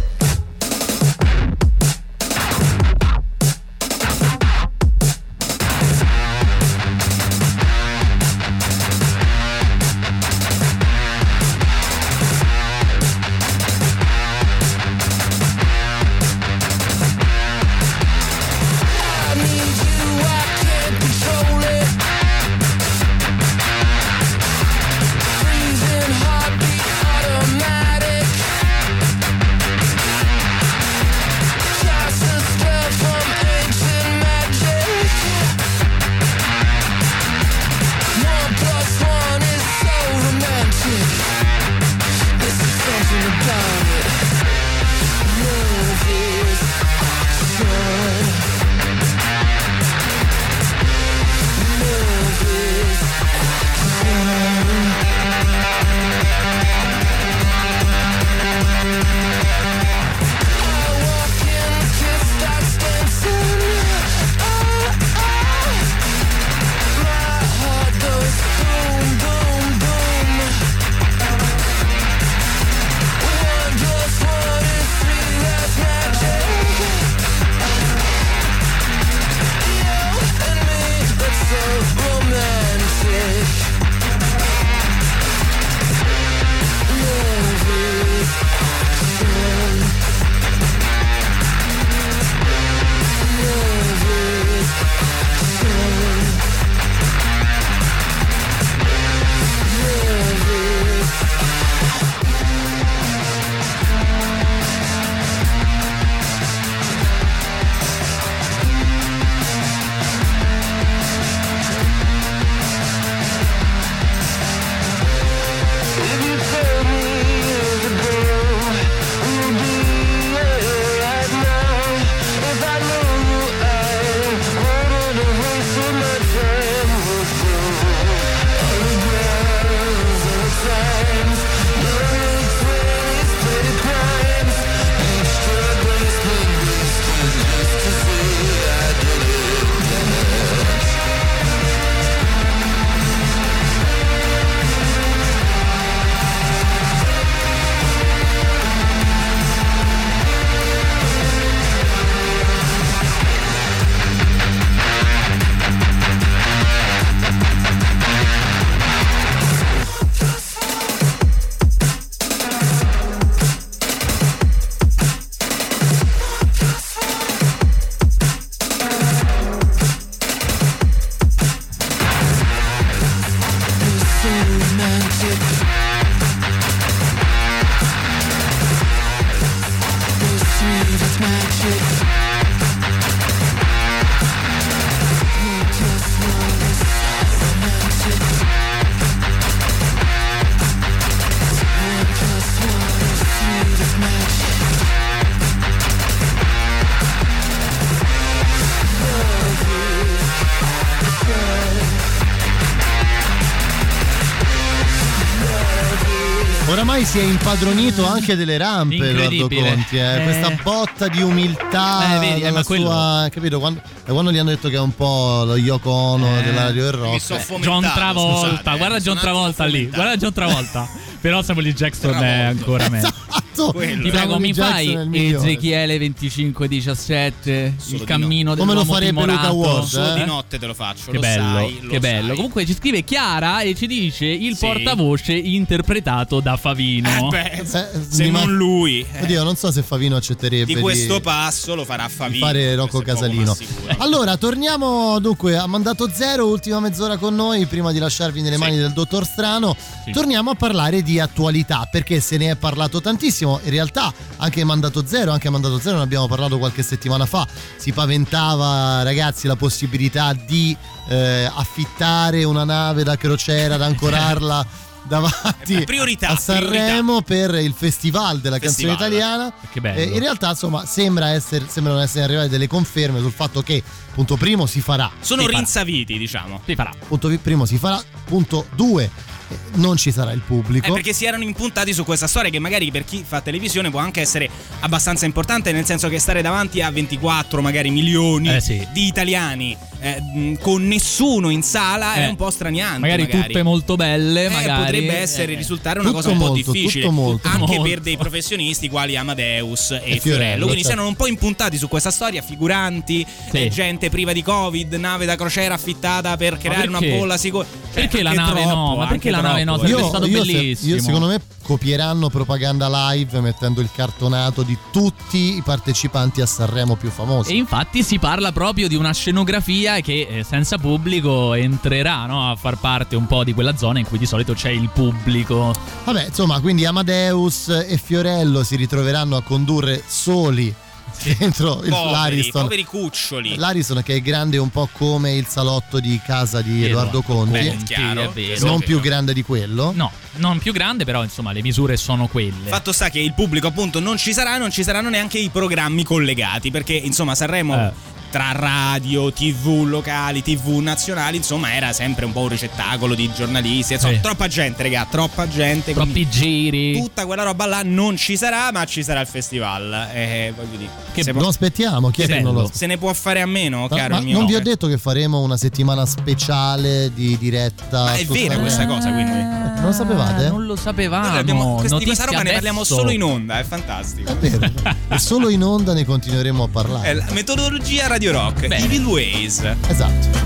Oramai si è impadronito anche delle rampe Edoardo Conti, eh. Eh. Questa botta di umiltà Eh, vedi, eh, dalla ma quello- sua, capito? Quando, da quando gli hanno detto che è un po' lo Yoko Ono Eh. della Radio del Rock. Eh, John Travolta, scusate, guarda eh, John sono Travolta lì, guarda John Travolta. Però Samuel L. Jackson è ancora meglio. Esatto. Quello. Ti prego, mi Jackson fai è il migliore. Ezechiele venticinque diciassette, il cammino Come lo dell'uomo farebbe Luca timorato. Ward, Solo eh? di notte te lo faccio, Che lo bello, sai, lo che bello. sai. Comunque ci scrive Chiara e ci dice il Sì. portavoce interpretato da Favino. Eh beh, Eh, se mi non man- lui, eh, Oddio, non so se Favino accetterebbe di questo passo lo farà di Favino. fare Rocco questo è poco Casalino. ma sicuro. Allora, torniamo dunque a Mandato Zero, ultima mezz'ora con noi prima di lasciarvi nelle mani del Dottor Strano. Sì. Torniamo a parlare di attualità, perché se ne è parlato tantissimo. In realtà anche Mandato Zero, anche Mandato Zero ne abbiamo parlato qualche settimana fa. Si paventava, ragazzi, la possibilità di eh, affittare una nave da crociera, ad ancorarla davanti Eh, priorità, a Sanremo priorità. per il festival della Festival. canzone italiana. Che bello. Eh, in realtà, insomma, sembra essere, sembrano essere arrivate delle conferme sul fatto che, punto primo, si farà. Sono Si farà. rinsaviti, diciamo. Si farà. Punto vi- primo, si farà. Punto due, eh, non ci sarà il pubblico. Eh, perché si erano impuntati su questa storia che magari per chi fa televisione può anche essere abbastanza importante, nel senso che stare davanti a ventiquattro magari milioni Eh, sì. di italiani eh, mh, con nessuno in sala è Eh, un po' straniante. Magari, tutte molto belle, Eh, magari. potrebbe essere Eh, risultare una tutto cosa un po' molto, difficile tutto molto. anche Molto. per dei professionisti quali Amadeus e, Fiorello, Fiorello. Quindi certo. si erano un po' impuntati su questa storia, figuranti, Sì. eh, gente priva di Covid, nave da crociera affittata per creare una perché? bolla sicura. Perché la nave no? Ma perché la nave no? Sarebbe Sarebbe stato se- bellissimo. io secondo me copieranno propaganda live mettendo il cartonato di tutti i partecipanti a Sanremo più famosi. E infatti si parla proprio di una scenografia che eh, senza pubblico entrerà, no, a far parte un po' di quella zona in cui di solito c'è il pubblico. Vabbè, insomma, quindi Amadeus e Fiorello si ritroveranno a condurre soli dentro il poveri, l'Ariston. poveri cuccioli. L'Ariston, che è grande un po' come il salotto di casa di Edoardo Conti, Beh, chiaro, è vero. non più grande di quello. No, non più grande, però insomma le misure sono quelle. Fatto sta che il pubblico appunto non ci sarà, non ci saranno neanche i programmi collegati, perché insomma Sanremo Eh. tra radio, tv locali, tv nazionali, insomma era sempre un po' un ricettacolo di giornalisti, insomma Sì. troppa gente, raga, troppa gente. Troppi quindi giri. Tutta quella roba là non ci sarà, ma ci sarà il festival. Eh, voglio dire, Che se, lo aspettiamo, chi è se- che non lo se ne può fare a meno, Ma- caro ma il mio non vi ho nome. detto che faremo una settimana speciale di diretta? Ma è su vera Sanremo? questa cosa, quindi. Non lo sapevate? Non lo sapevamo. Noi abbiamo, questi- di questa Notizie roba ne adesso. parliamo solo in onda, è fantastico. È vero. E solo in onda ne continueremo a parlare. È la metodologia Radio Rock, Bene. Evil Ways. Esatto.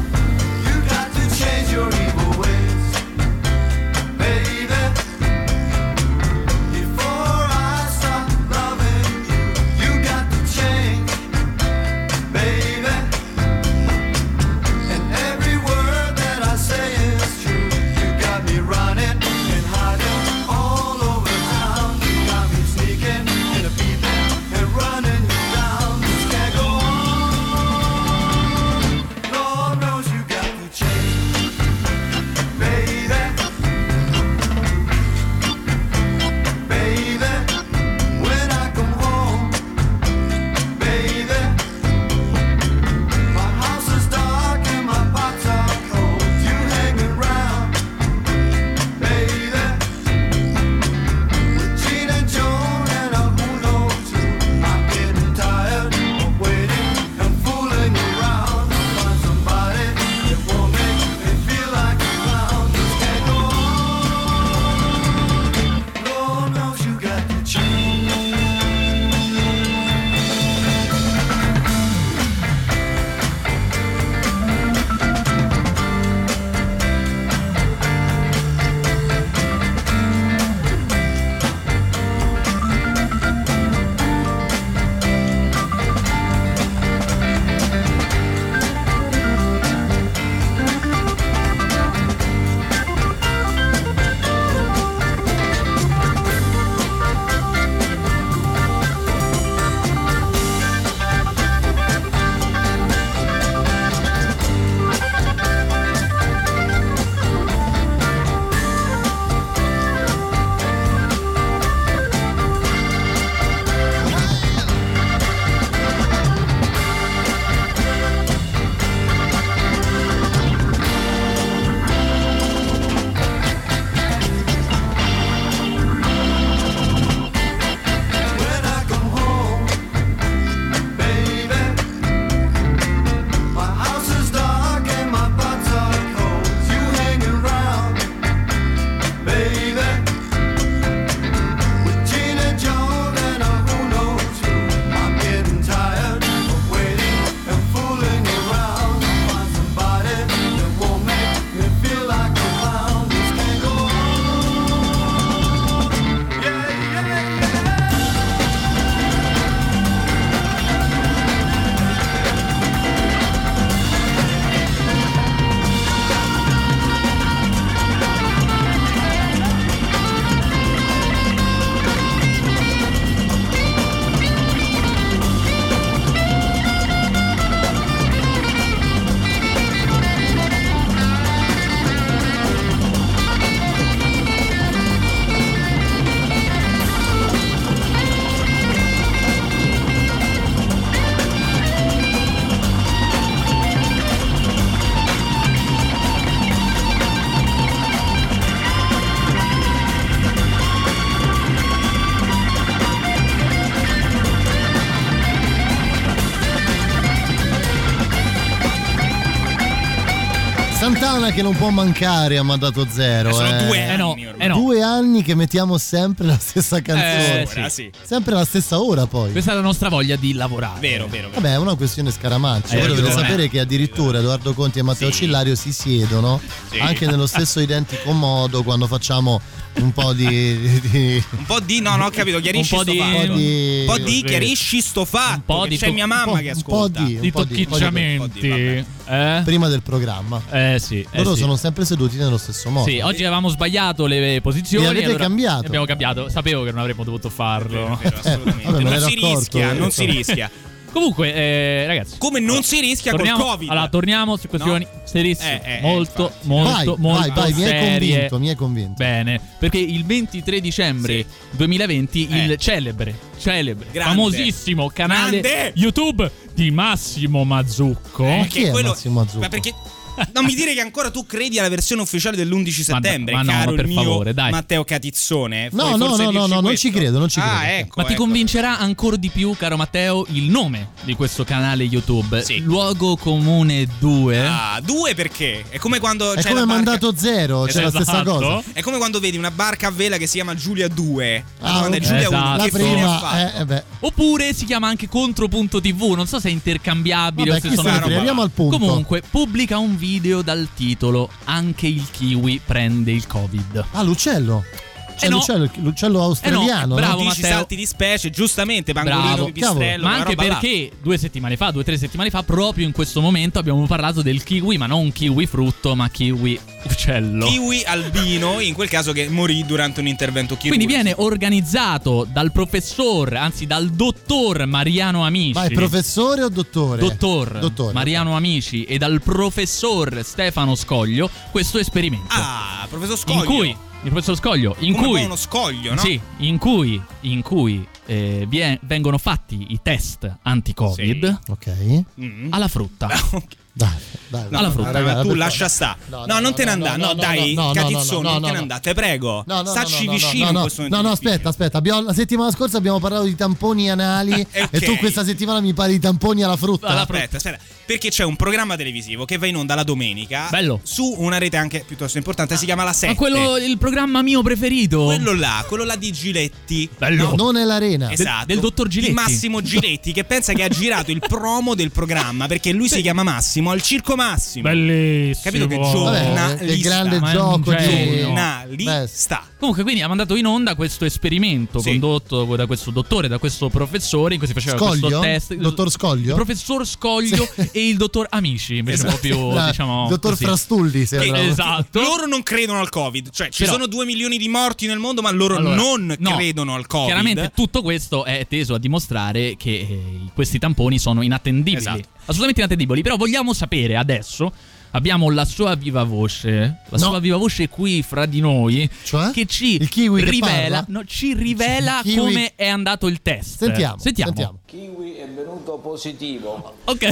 settimana che non può mancare, ha mandato Zero. Eh, sono eh. due anni Eh no, ormai. eh no. Due anni che mettiamo sempre la stessa canzone. Eh, sì. Ora, sì. Sempre la stessa ora poi. Questa è la nostra voglia di lavorare. Vero, vero, vero. Vabbè, è una questione scaramaccia. Hai Voi dovete ragione. sapere che addirittura Edoardo Conti e Matteo Sì. Cillario si siedono Sì. anche nello stesso identico modo quando facciamo un po' di, di- Un po' di no, no, ho capito, chiarisci Un po' sto di- fatto. un po' di- Un po' di Così. chiarisci sto fatto. po' che di c'è to- mia un mamma po'- che un po' ascolta. di- Di un po' di- tocchicciamenti. vabbè. Eh? prima del programma. Eh sì. eh Loro sì. sono sempre seduti nello stesso modo. Sì, oggi avevamo sbagliato le posizioni. Le avete allora cambiato. Abbiamo cambiato. Sapevo che non avremmo dovuto farlo. Vero, assolutamente. vabbè, me non l'ero si accorto, rischia, eh. non si rischia. Comunque, eh, ragazzi. Come non si rischia torniamo, col Covid. Allora, torniamo su questioni serissime. Eh, eh, molto, infatti. molto, vai, molto vai, vai, mi hai serie. convinto, mi hai convinto. Bene, perché il ventitré dicembre Sì. duemilaventi Eh. il celebre, celebre, Grande. famosissimo canale Grande. YouTube di Massimo Mazzucco. Eh, chi è Massimo Mazzucco? Ma perché non mi dire che ancora tu credi alla versione ufficiale dell'undici Ma- settembre, ma no, caro ma per il mio favore, dai. Matteo Catizzone. No, Puoi no, forse no, no, dirci no, non questo? ci credo, non ci Ah, credo. ecco, Ma ti ecco. convincerà ancora di più, caro Matteo, il nome di questo canale YouTube. Sì. Luogo Comune due. Ah, due perché? È come quando È c'è come la barca... mandato Zero, c'è la stessa Esatto. cosa. È come quando vedi una barca a vela che si chiama Giulia due. Ah, quando è ok. Giulia Esatto. uno, La che fine ha prima, fatto? eh, eh beh. Oppure si chiama anche Contro.tv, non so se è intercambiabile Vabbè, o se chi se sono ne frega, arriviamo al punto. Comunque, pubblica un video dal titolo Anche il kiwi prende il Covid. Ah, l'uccello. C'è Eh no. l'uccello, l'uccello australiano, no? bravo. Dici Matteo. salti di specie, giustamente, pangolino, Bravo. pipistrello, Ma quella anche roba là. perché due settimane fa, due o tre settimane fa, proprio in questo momento abbiamo parlato del kiwi, ma non kiwi frutto, ma kiwi uccello. Kiwi albino, in quel caso che morì durante un intervento chirurgico. Quindi viene organizzato dal professor, anzi dal dottor Mariano Amici. Ma è professore o dottore? Dottor, Dottore. Mariano Amici e dal professor Stefano Scoglio questo esperimento. Ah, professor Scoglio. In cui il professor Scoglio, in Come cui uno scoglio, no? Sì, in cui in cui eh, vie- vengono fatti i test anti-Covid Ok. Mm. alla frutta. Dai, dai. No, alla no, frutta. raga, Raga, tu per lascia favore. sta. No, No, no, non te ne no, andare. no, No, no, dai, no, no, Catizzone, no, no, non te ne no. andare. Te prego. No, no, Stacci no, no, vicino no, in no, questo no, momento. no, aspetta, aspetta. Abbiamo- la settimana scorsa abbiamo parlato di tamponi anali Ok. e tu questa settimana mi parli di tamponi alla frutta. Alla Aspetta, aspetta, perché c'è un programma televisivo che va in onda la domenica. Bello. Su una rete anche piuttosto importante, si chiama La sette. Ma quello il programma mio preferito. Quello là, quello là di Giletti. Bello. No? Non è l'arena. Esatto. del dottor Giletti. Di Massimo Giletti, che pensa che ha girato il promo del programma perché lui si chiama Massimo al Circo Massimo. Bellissimo. Capito che Vabbè, giornalista. che grande Ma è gioco un di genio. Giornalista. Comunque, quindi ha mandato in onda questo esperimento Sì. condotto da questo dottore, da questo professore, in cui si faceva questo Scoglio? test. Il dottor Scoglio? Il professor Scoglio e il dottor Amici, invece un po' più, La- diciamo. dottor così. Frastulli sembra. Eh, esatto. Loro non credono al Covid, cioè ci Però- sono due milioni di morti nel mondo, ma loro Allora, non no, credono al Covid. Chiaramente tutto questo è teso a dimostrare che eh, questi tamponi sono inattendibili. Esatto. Assolutamente inattendibili. Però vogliamo sapere adesso. Abbiamo la sua viva voce, la No. sua viva voce qui fra di noi, Cioè? che ci Il kiwi che rivela, parla? no, ci rivela Il kiwi- come è andato il test. Sentiamo, Sentiamo. sentiamo. Kiwi è venuto positivo. Ok.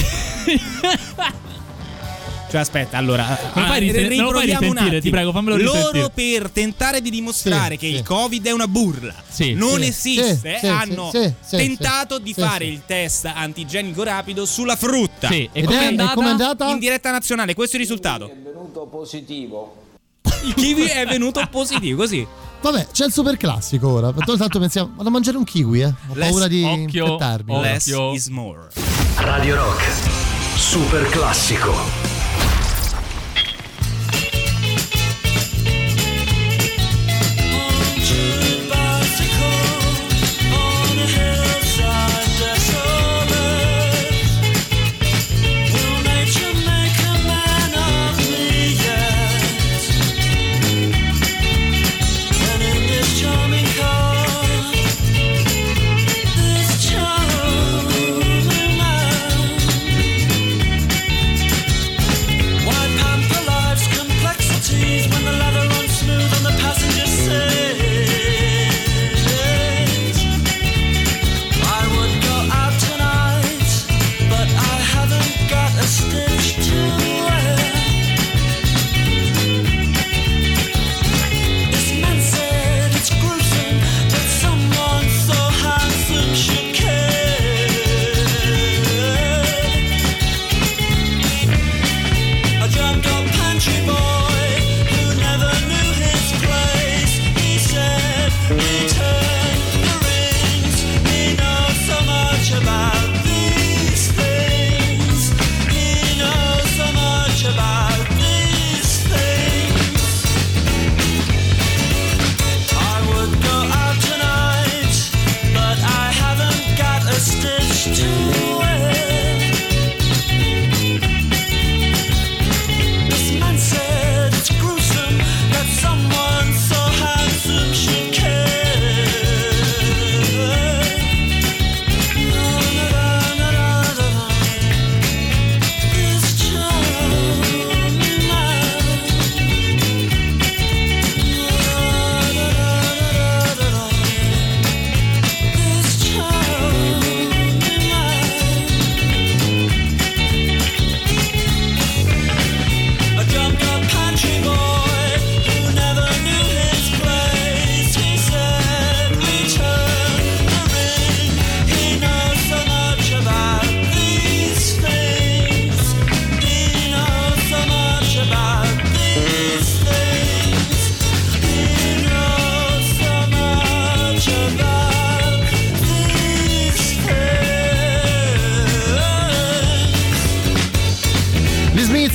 Cioè, aspetta, allora. Me lo fai risen- me lo fai riproviamo un risentire, attimo. ti prego, fammelo Loro risentire. per tentare di dimostrare Sì, che sì. il Covid è una burla, Sì, non sì, esiste, sì, sì, hanno sì, sì, tentato sì, di sì, fare sì. il test antigenico rapido sulla frutta. Sì, e Ed com'è è- e andata? com'è andata? In diretta nazionale, questo è il risultato. È venuto positivo. Il kiwi è venuto positivo, così. Vabbè, c'è il super classico ora. Tanto pensiamo, vado a mangiare un kiwi, eh. Ho Less- paura di occhio, infettarmi. occhio. Less is more. Radio Rock, super classico. Charming man.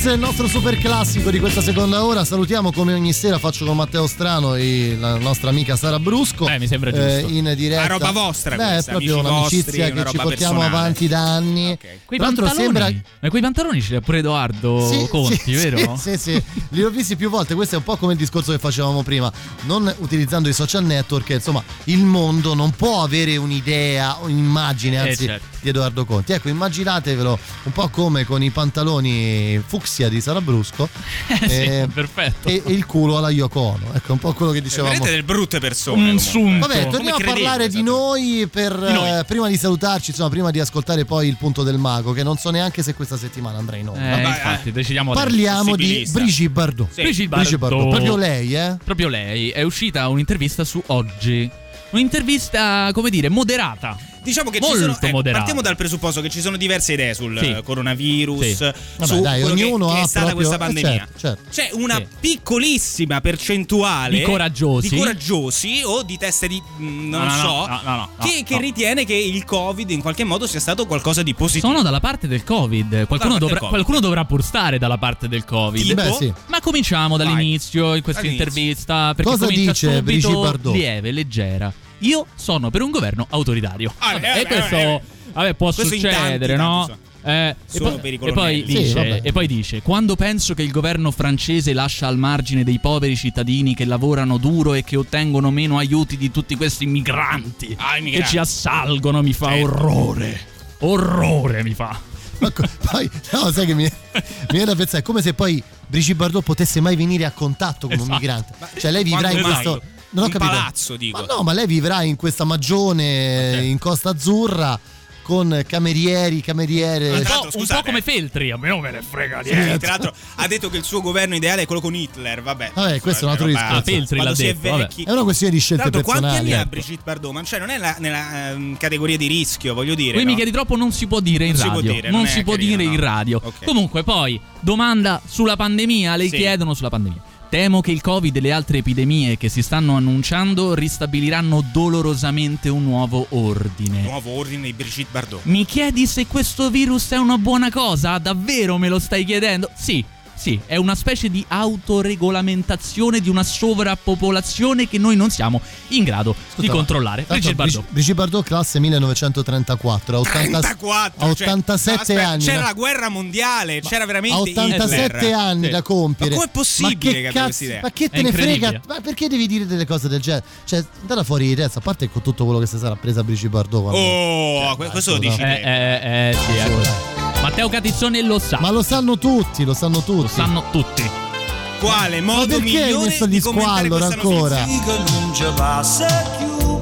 Questo è il nostro super classico di questa seconda ora. Salutiamo come ogni sera, faccio con Matteo Strano e la nostra amica Sara Brusco. Beh, mi sembra giusto. Eh, in diretta. Una roba vostra. Beh, questa, è proprio un'amicizia vostri, che ci portiamo personale. avanti da anni. Okay. Quei Tra l'altro pantaloni, sembra. ma quei pantaloni ce li ha pure Edoardo Sì, Conti, sì, vero? Sì, sì, sì, li ho visti più volte. Questo è un po' come il discorso che facevamo prima. Non utilizzando i social network, insomma, il mondo non può avere un'idea, un'immagine, anzi, Eh, certo. di Edoardo Conti. Ecco, immaginatevelo un po' come con i pantaloni fucsia di Sara Brusco Eh, sì, eh, perfetto. e, e il culo alla Yoko Ono. Ecco, un po' quello che dicevamo. Vedete delle brutte persone. Un comunque. sunto. Vabbè, torniamo a Come parlare credete, di noi per Di noi. eh, prima di salutarci, insomma, prima di ascoltare poi il punto del mago, che non so neanche se questa settimana andrà in onda. Eh, Vabbè, infatti, decidiamo adesso. Parliamo di possibilista. Brigitte Bardot. Sì. Brigitte Brigitte Bardot. Bardot, proprio lei, eh? Proprio lei. È uscita un'intervista su Oggi. Un'intervista, come dire, moderata. Diciamo che Molto ci sono, eh, moderata. partiamo dal presupposto che ci sono diverse idee sul Sì. eh, coronavirus, Sì. su Vabbè, dai, quello che- ognuno che, ha è stata proprio- questa eh, pandemia. certo, certo. C'è una Sì. piccolissima percentuale Di coraggiosi. di coraggiosi o di teste di mh, non No, no, so no, no, no, no, che, che no. ritiene che il Covid in qualche modo sia stato qualcosa di positivo. Sono dalla parte del Covid. Qualcuno, Dalla parte dovrà, del Covid. qualcuno dovrà pur stare dalla parte del Covid. Tipo? Beh, sì. Ma cominciamo dall'inizio in questa Dall'inizio. intervista. Perché Cosa comincia dice Brigitte subito Bardot? lieve, leggera. Io sono per un governo autoritario. Ah, Vabbè, eh, e questo eh, eh. vabbè, può Questo in succedere, tanti, no? tanti Eh, e, sono poi, per i e, poi colonnelli. Sì, dice, vabbè. e poi dice: quando penso che il governo francese lascia al margine dei poveri cittadini che lavorano duro e che ottengono meno aiuti di tutti questi migranti Ah, i che migranti. ci assalgono, mi fa Certo. orrore. Orrore mi fa. Ma co- poi, no, sai che mi, mi viene da pensare, è come se poi Brigitte Bardot potesse mai venire a contatto con un Esatto. migrante. Cioè, lei vivrà Quando in mai? questo. Non ho In capito. palazzo, dico. Ma no, ma lei vivrà in questa magione in Costa Azzurra con camerieri, cameriere. Un Tra po', l'altro, un scusate. po' come Feltri, a me non me ne frega Sì, niente. tra l'altro ha detto che il suo governo ideale è quello con Hitler, vabbè. Vabbè, questo è un altro Vabbè, discorso. Ah, Feltri quando l'ha si è detto, vabbè. vecchi. È una questione di Tra scelte l'altro, quanti personali. anni ha ecco. Brigitte Bardot? Ma cioè non è la- nella ehm, categoria di rischio, voglio dire. Qui no? mi chiedi troppo, non si può dire in Non si può radio. dire, non non è si può carino, dire no. in radio. Ok. Comunque, poi, domanda sulla pandemia. Le Sì. chiedono sulla pandemia. Temo che il Covid e le altre epidemie che si stanno annunciando ristabiliranno dolorosamente un nuovo ordine. Nuovo ordine di Brigitte Bardot. Mi chiedi se questo virus è una buona cosa? Davvero me lo stai chiedendo? Sì, sì, è una specie di autoregolamentazione di una sovrappopolazione che noi non siamo in grado di Scusa, controllare. tanto Brigitte Bardot. Brigitte Brigitte Bardot, classe millenovecentotrentaquattro, a ottanta trentaquattro, a cioè, ottantasette aspetta, anni. C'era da- la guerra mondiale, c'era veramente a ottantasette Hitler. anni Sì. da compiere. Ma com'è possibile Ma che che abbia cazzo- questa idea? Ma che È te ne frega? incredibile. Ma perché devi dire delle cose del genere? Cioè, andata fuori di testa, a parte con tutto quello che si sarà presa Brigitte Bardot. quando- Oh, Cioè, que- dai, questo lo scusa. dici Eh, te. eh, eh, sì, ecco. Matteo Catizzone lo sa. Ma lo sanno tutti, lo sanno tutti. Lo sanno tutti. Quale Ma modo perché hai migliore messo di gli commentare squallor questa ancora? notizia? che non ci passa più,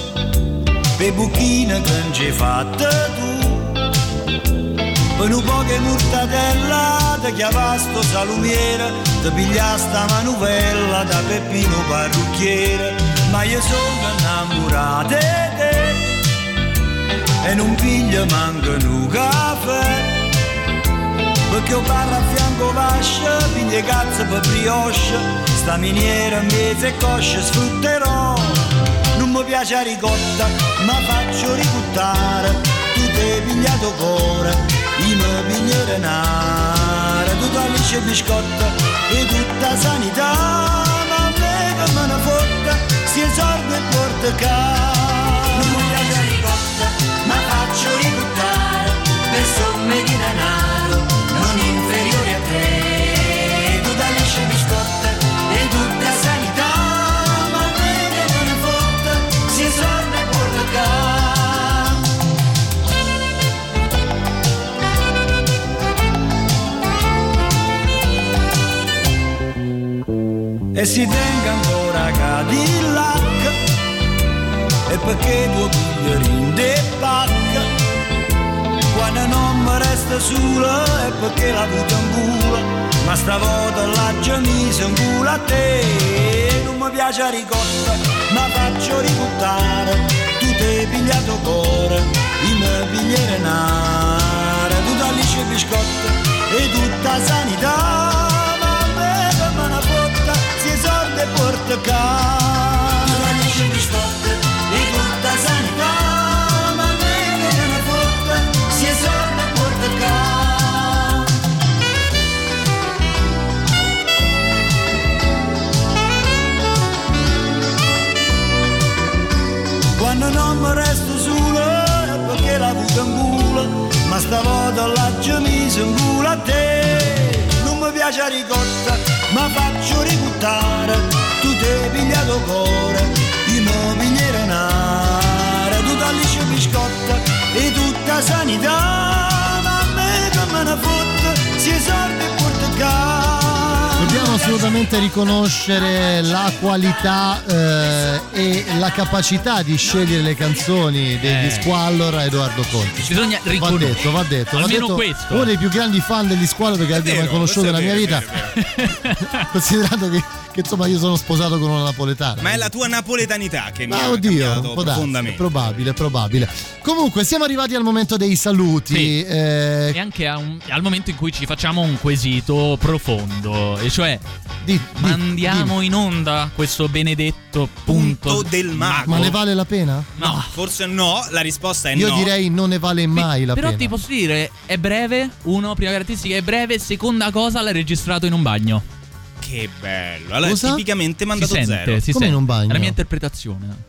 per buchine che non ci fatte tu, per un po' che mortadella, ti chiavasto salumiere, ti piglia sta manuvella da Peppino parrucchiere, ma io sono innamorato di te e non piglio manco un caffè. Perché io parlo a fianco vascia, piglia cazzo per brioche, sta miniera in mezzo e cosce sfrutterò. Non mi piace la ricotta, ma faccio ributtare, tu ti hai pigliato cuore, io mi piglio denaro, tu togli e biscotta e tutta sanità, ma a me che me ne fotta, sti soldi e porta casa. Non mi piace la ricotta, ma faccio ributtare, per somme di denaro non inferiore a te, tu da liscia biscotta e tutta sanità, ma a me che me ne fotta, si sorda e porta. E si tenga ancora Cadillac, e perché tuo piglieri in de pacca, quando non mi resta sola è perché l'ha avuta in culo, ma stavolta l'ha già mise in culo a te. Non mi piace la ricotta, ma faccio ributtare, tu ti hai pigliato cuore, io mi pigliere nara, tu t'allisci biscotta e tutta sanità, ma a me che me ne fotta, si sorda e porta casa. Tu t'allisci biscotta e tutta sanità, ma a me che me ne fotta, si sorda e porta casa. mi resto solo perché la avuto in culo, ma stavolta l'ho mise in culo a te. Non mi piace la ricotta, ma faccio ributtare, tu ti hai pigliato cuore, io mi piglierò nare, tu t'allisci biscotta e tutta sanità, ma a me che me ne fotte, si sordi e porta. Dobbiamo assolutamente riconoscere la qualità eh, e la capacità di scegliere le canzoni degli Eh. Squallor a Edoardo Conti. Bisogna Va riconoscere. detto, va detto. va Almeno detto, questo. Uno dei più grandi fan degli Squallor che abbia mai vero, conosciuto questo nella è mia vero, vita. Considerando che, che insomma io sono sposato con una napoletana. Ma è la tua napoletanità che mi Ma ha oddio, cambiato può darsi, è profondamente. probabile, è probabile. Comunque siamo arrivati al momento dei saluti. Sì. eh, E anche a un- al momento in cui ci facciamo un quesito profondo, e cioè di- mandiamo in onda questo benedetto punto, Punto del mago. ma ne vale la pena? No. Forse no, la risposta è Io no. direi non ne vale mai la Però pena. ti posso dire, è breve. Uno, prima caratteristica, è breve. Seconda cosa, l'ha registrato in un bagno. Che bello. Allora, Cosa? tipicamente mandato si sente, zero. si Come sente. in un bagno? È la mia interpretazione.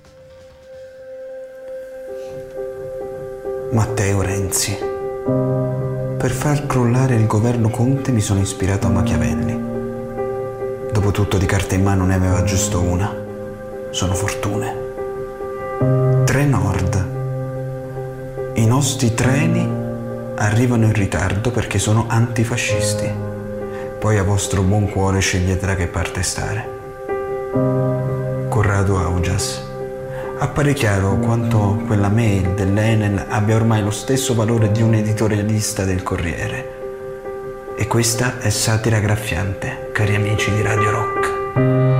Matteo Renzi. Per far crollare il governo Conte mi sono ispirato a Machiavelli. Dopotutto di carta in mano ne aveva giusto una. Sono fortune. Trenord. I nostri treni arrivano in ritardo perché sono antifascisti. Poi a vostro buon cuore scegliete da che parte stare. Corrado Augias. Appare chiaro quanto quella mail dell'Enel abbia ormai lo stesso valore di un editorialista del Corriere. E questa è satira graffiante, cari amici di Radio Rock.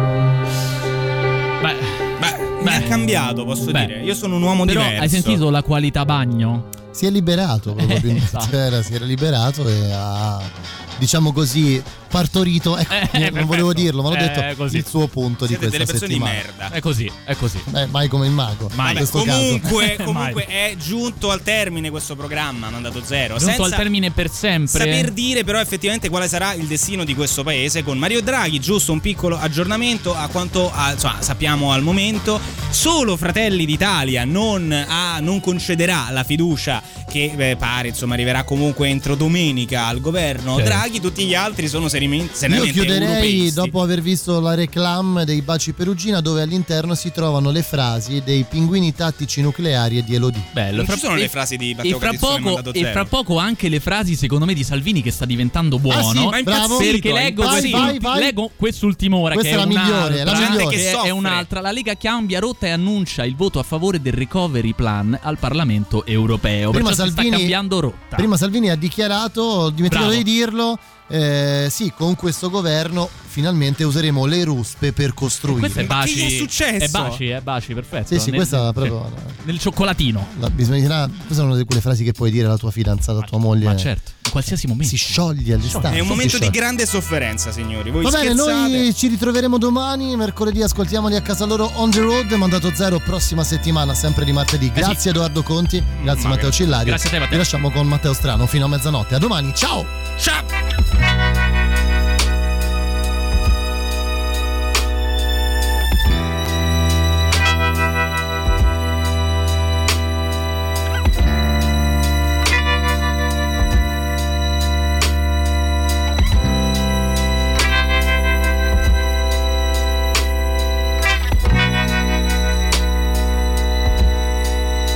Beh, Beh, mi ha cambiato, posso Beh. dire. Io sono un uomo però diverso. hai sentito la qualità bagno? Si è liberato probabilmente. Esatto. Era- si era liberato e ha, diciamo così, partorito. Ecco, Eh, non perfetto. volevo dirlo, ma l'ho Eh, detto così. il suo punto Siete di questa delle persone di settimana. merda. È così, è così. Beh, mai come il mago. Mai. in Vabbè, questo comunque, caso. comunque è giunto al termine questo programma, mandato zero. Giunto senza al termine per sempre. saper dire però effettivamente quale sarà il destino di questo paese con Mario Draghi. Giusto un piccolo aggiornamento a quanto a- insomma, sappiamo al momento. Solo Fratelli d'Italia non, ha, non concederà la fiducia che eh, pare insomma arriverà comunque entro domenica al governo Certo. Draghi. Tutti gli altri sono seriamente, Io seriamente chiuderei europeisti. dopo aver visto la reclam dei Baci Perugina, dove all'interno si trovano le frasi dei pinguini tattici nucleari e di Elodie. Bello. Non Fra- ci sono e- le frasi di e Matteo fra, Catizzone poco, mandato e zero. fra poco anche le frasi secondo me di Salvini che sta diventando buono. Ah sì, ma è impazzito, perché è leggo, impazzito. questi- Vai, vai. leggo quest'ultima ora Questa che è è, la migliore, è la un'altra, migliore. che Che è soffre. un'altra. La Lega cambia rotta e annuncia il voto a favore del recovery plan al Parlamento europeo. Prima Perciò si Salvini- sta cambiando rotta. Prima Salvini ha dichiarato, ho dimenticato Bravo. di dirlo, eh, sì, con questo governo finalmente useremo le ruspe per costruire. Questo è Ma che baci. gli è successo? È baci, è baci, perfetto. Sì, sì, Nel- questa è proprio nel cioccolatino. la, bisognerà, queste sono di quelle frasi che puoi dire alla tua fidanzata, a tua moglie. Ma certo, in qualsiasi momento. Si scioglie all'istante. È un momento si di scioglie. grande sofferenza, signori. Voi Va bene, scherzate? noi ci ritroveremo domani, mercoledì ascoltiamoli a casa loro on the road, mandato zero prossima settimana, sempre di martedì. Grazie Edoardo Conti, grazie Ma Matteo che- Cillario. Grazie a te, Matteo. Vi lasciamo con Matteo Strano fino a mezzanotte. A domani, ciao! Ciao!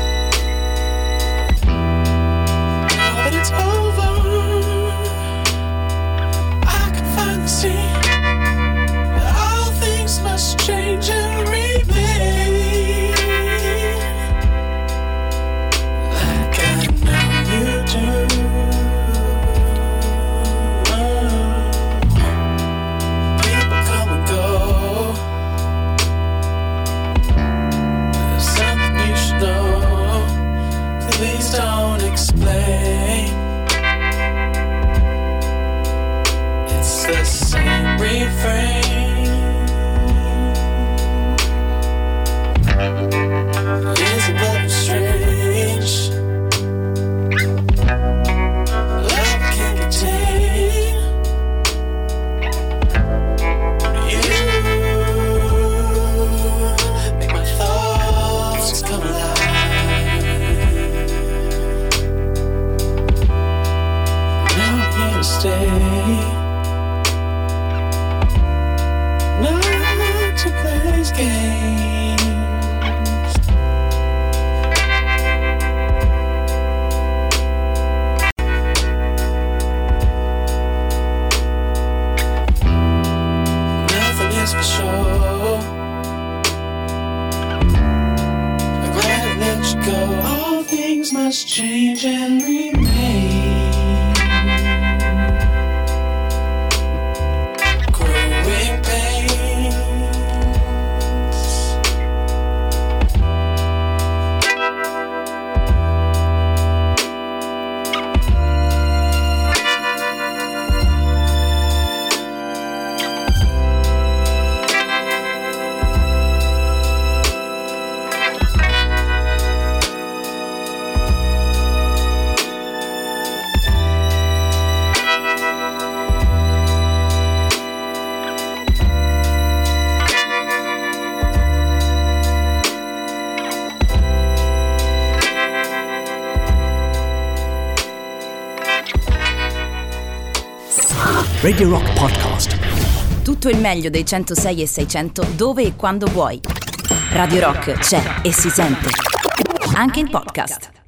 Now that it's over, games. Nothing is for sure. I'm glad I let you go. All things must change and remain. Radio Rock Podcast. Tutto il meglio dei centosei e seicento dove e quando vuoi. Radio Rock c'è e si sente. Anche in podcast.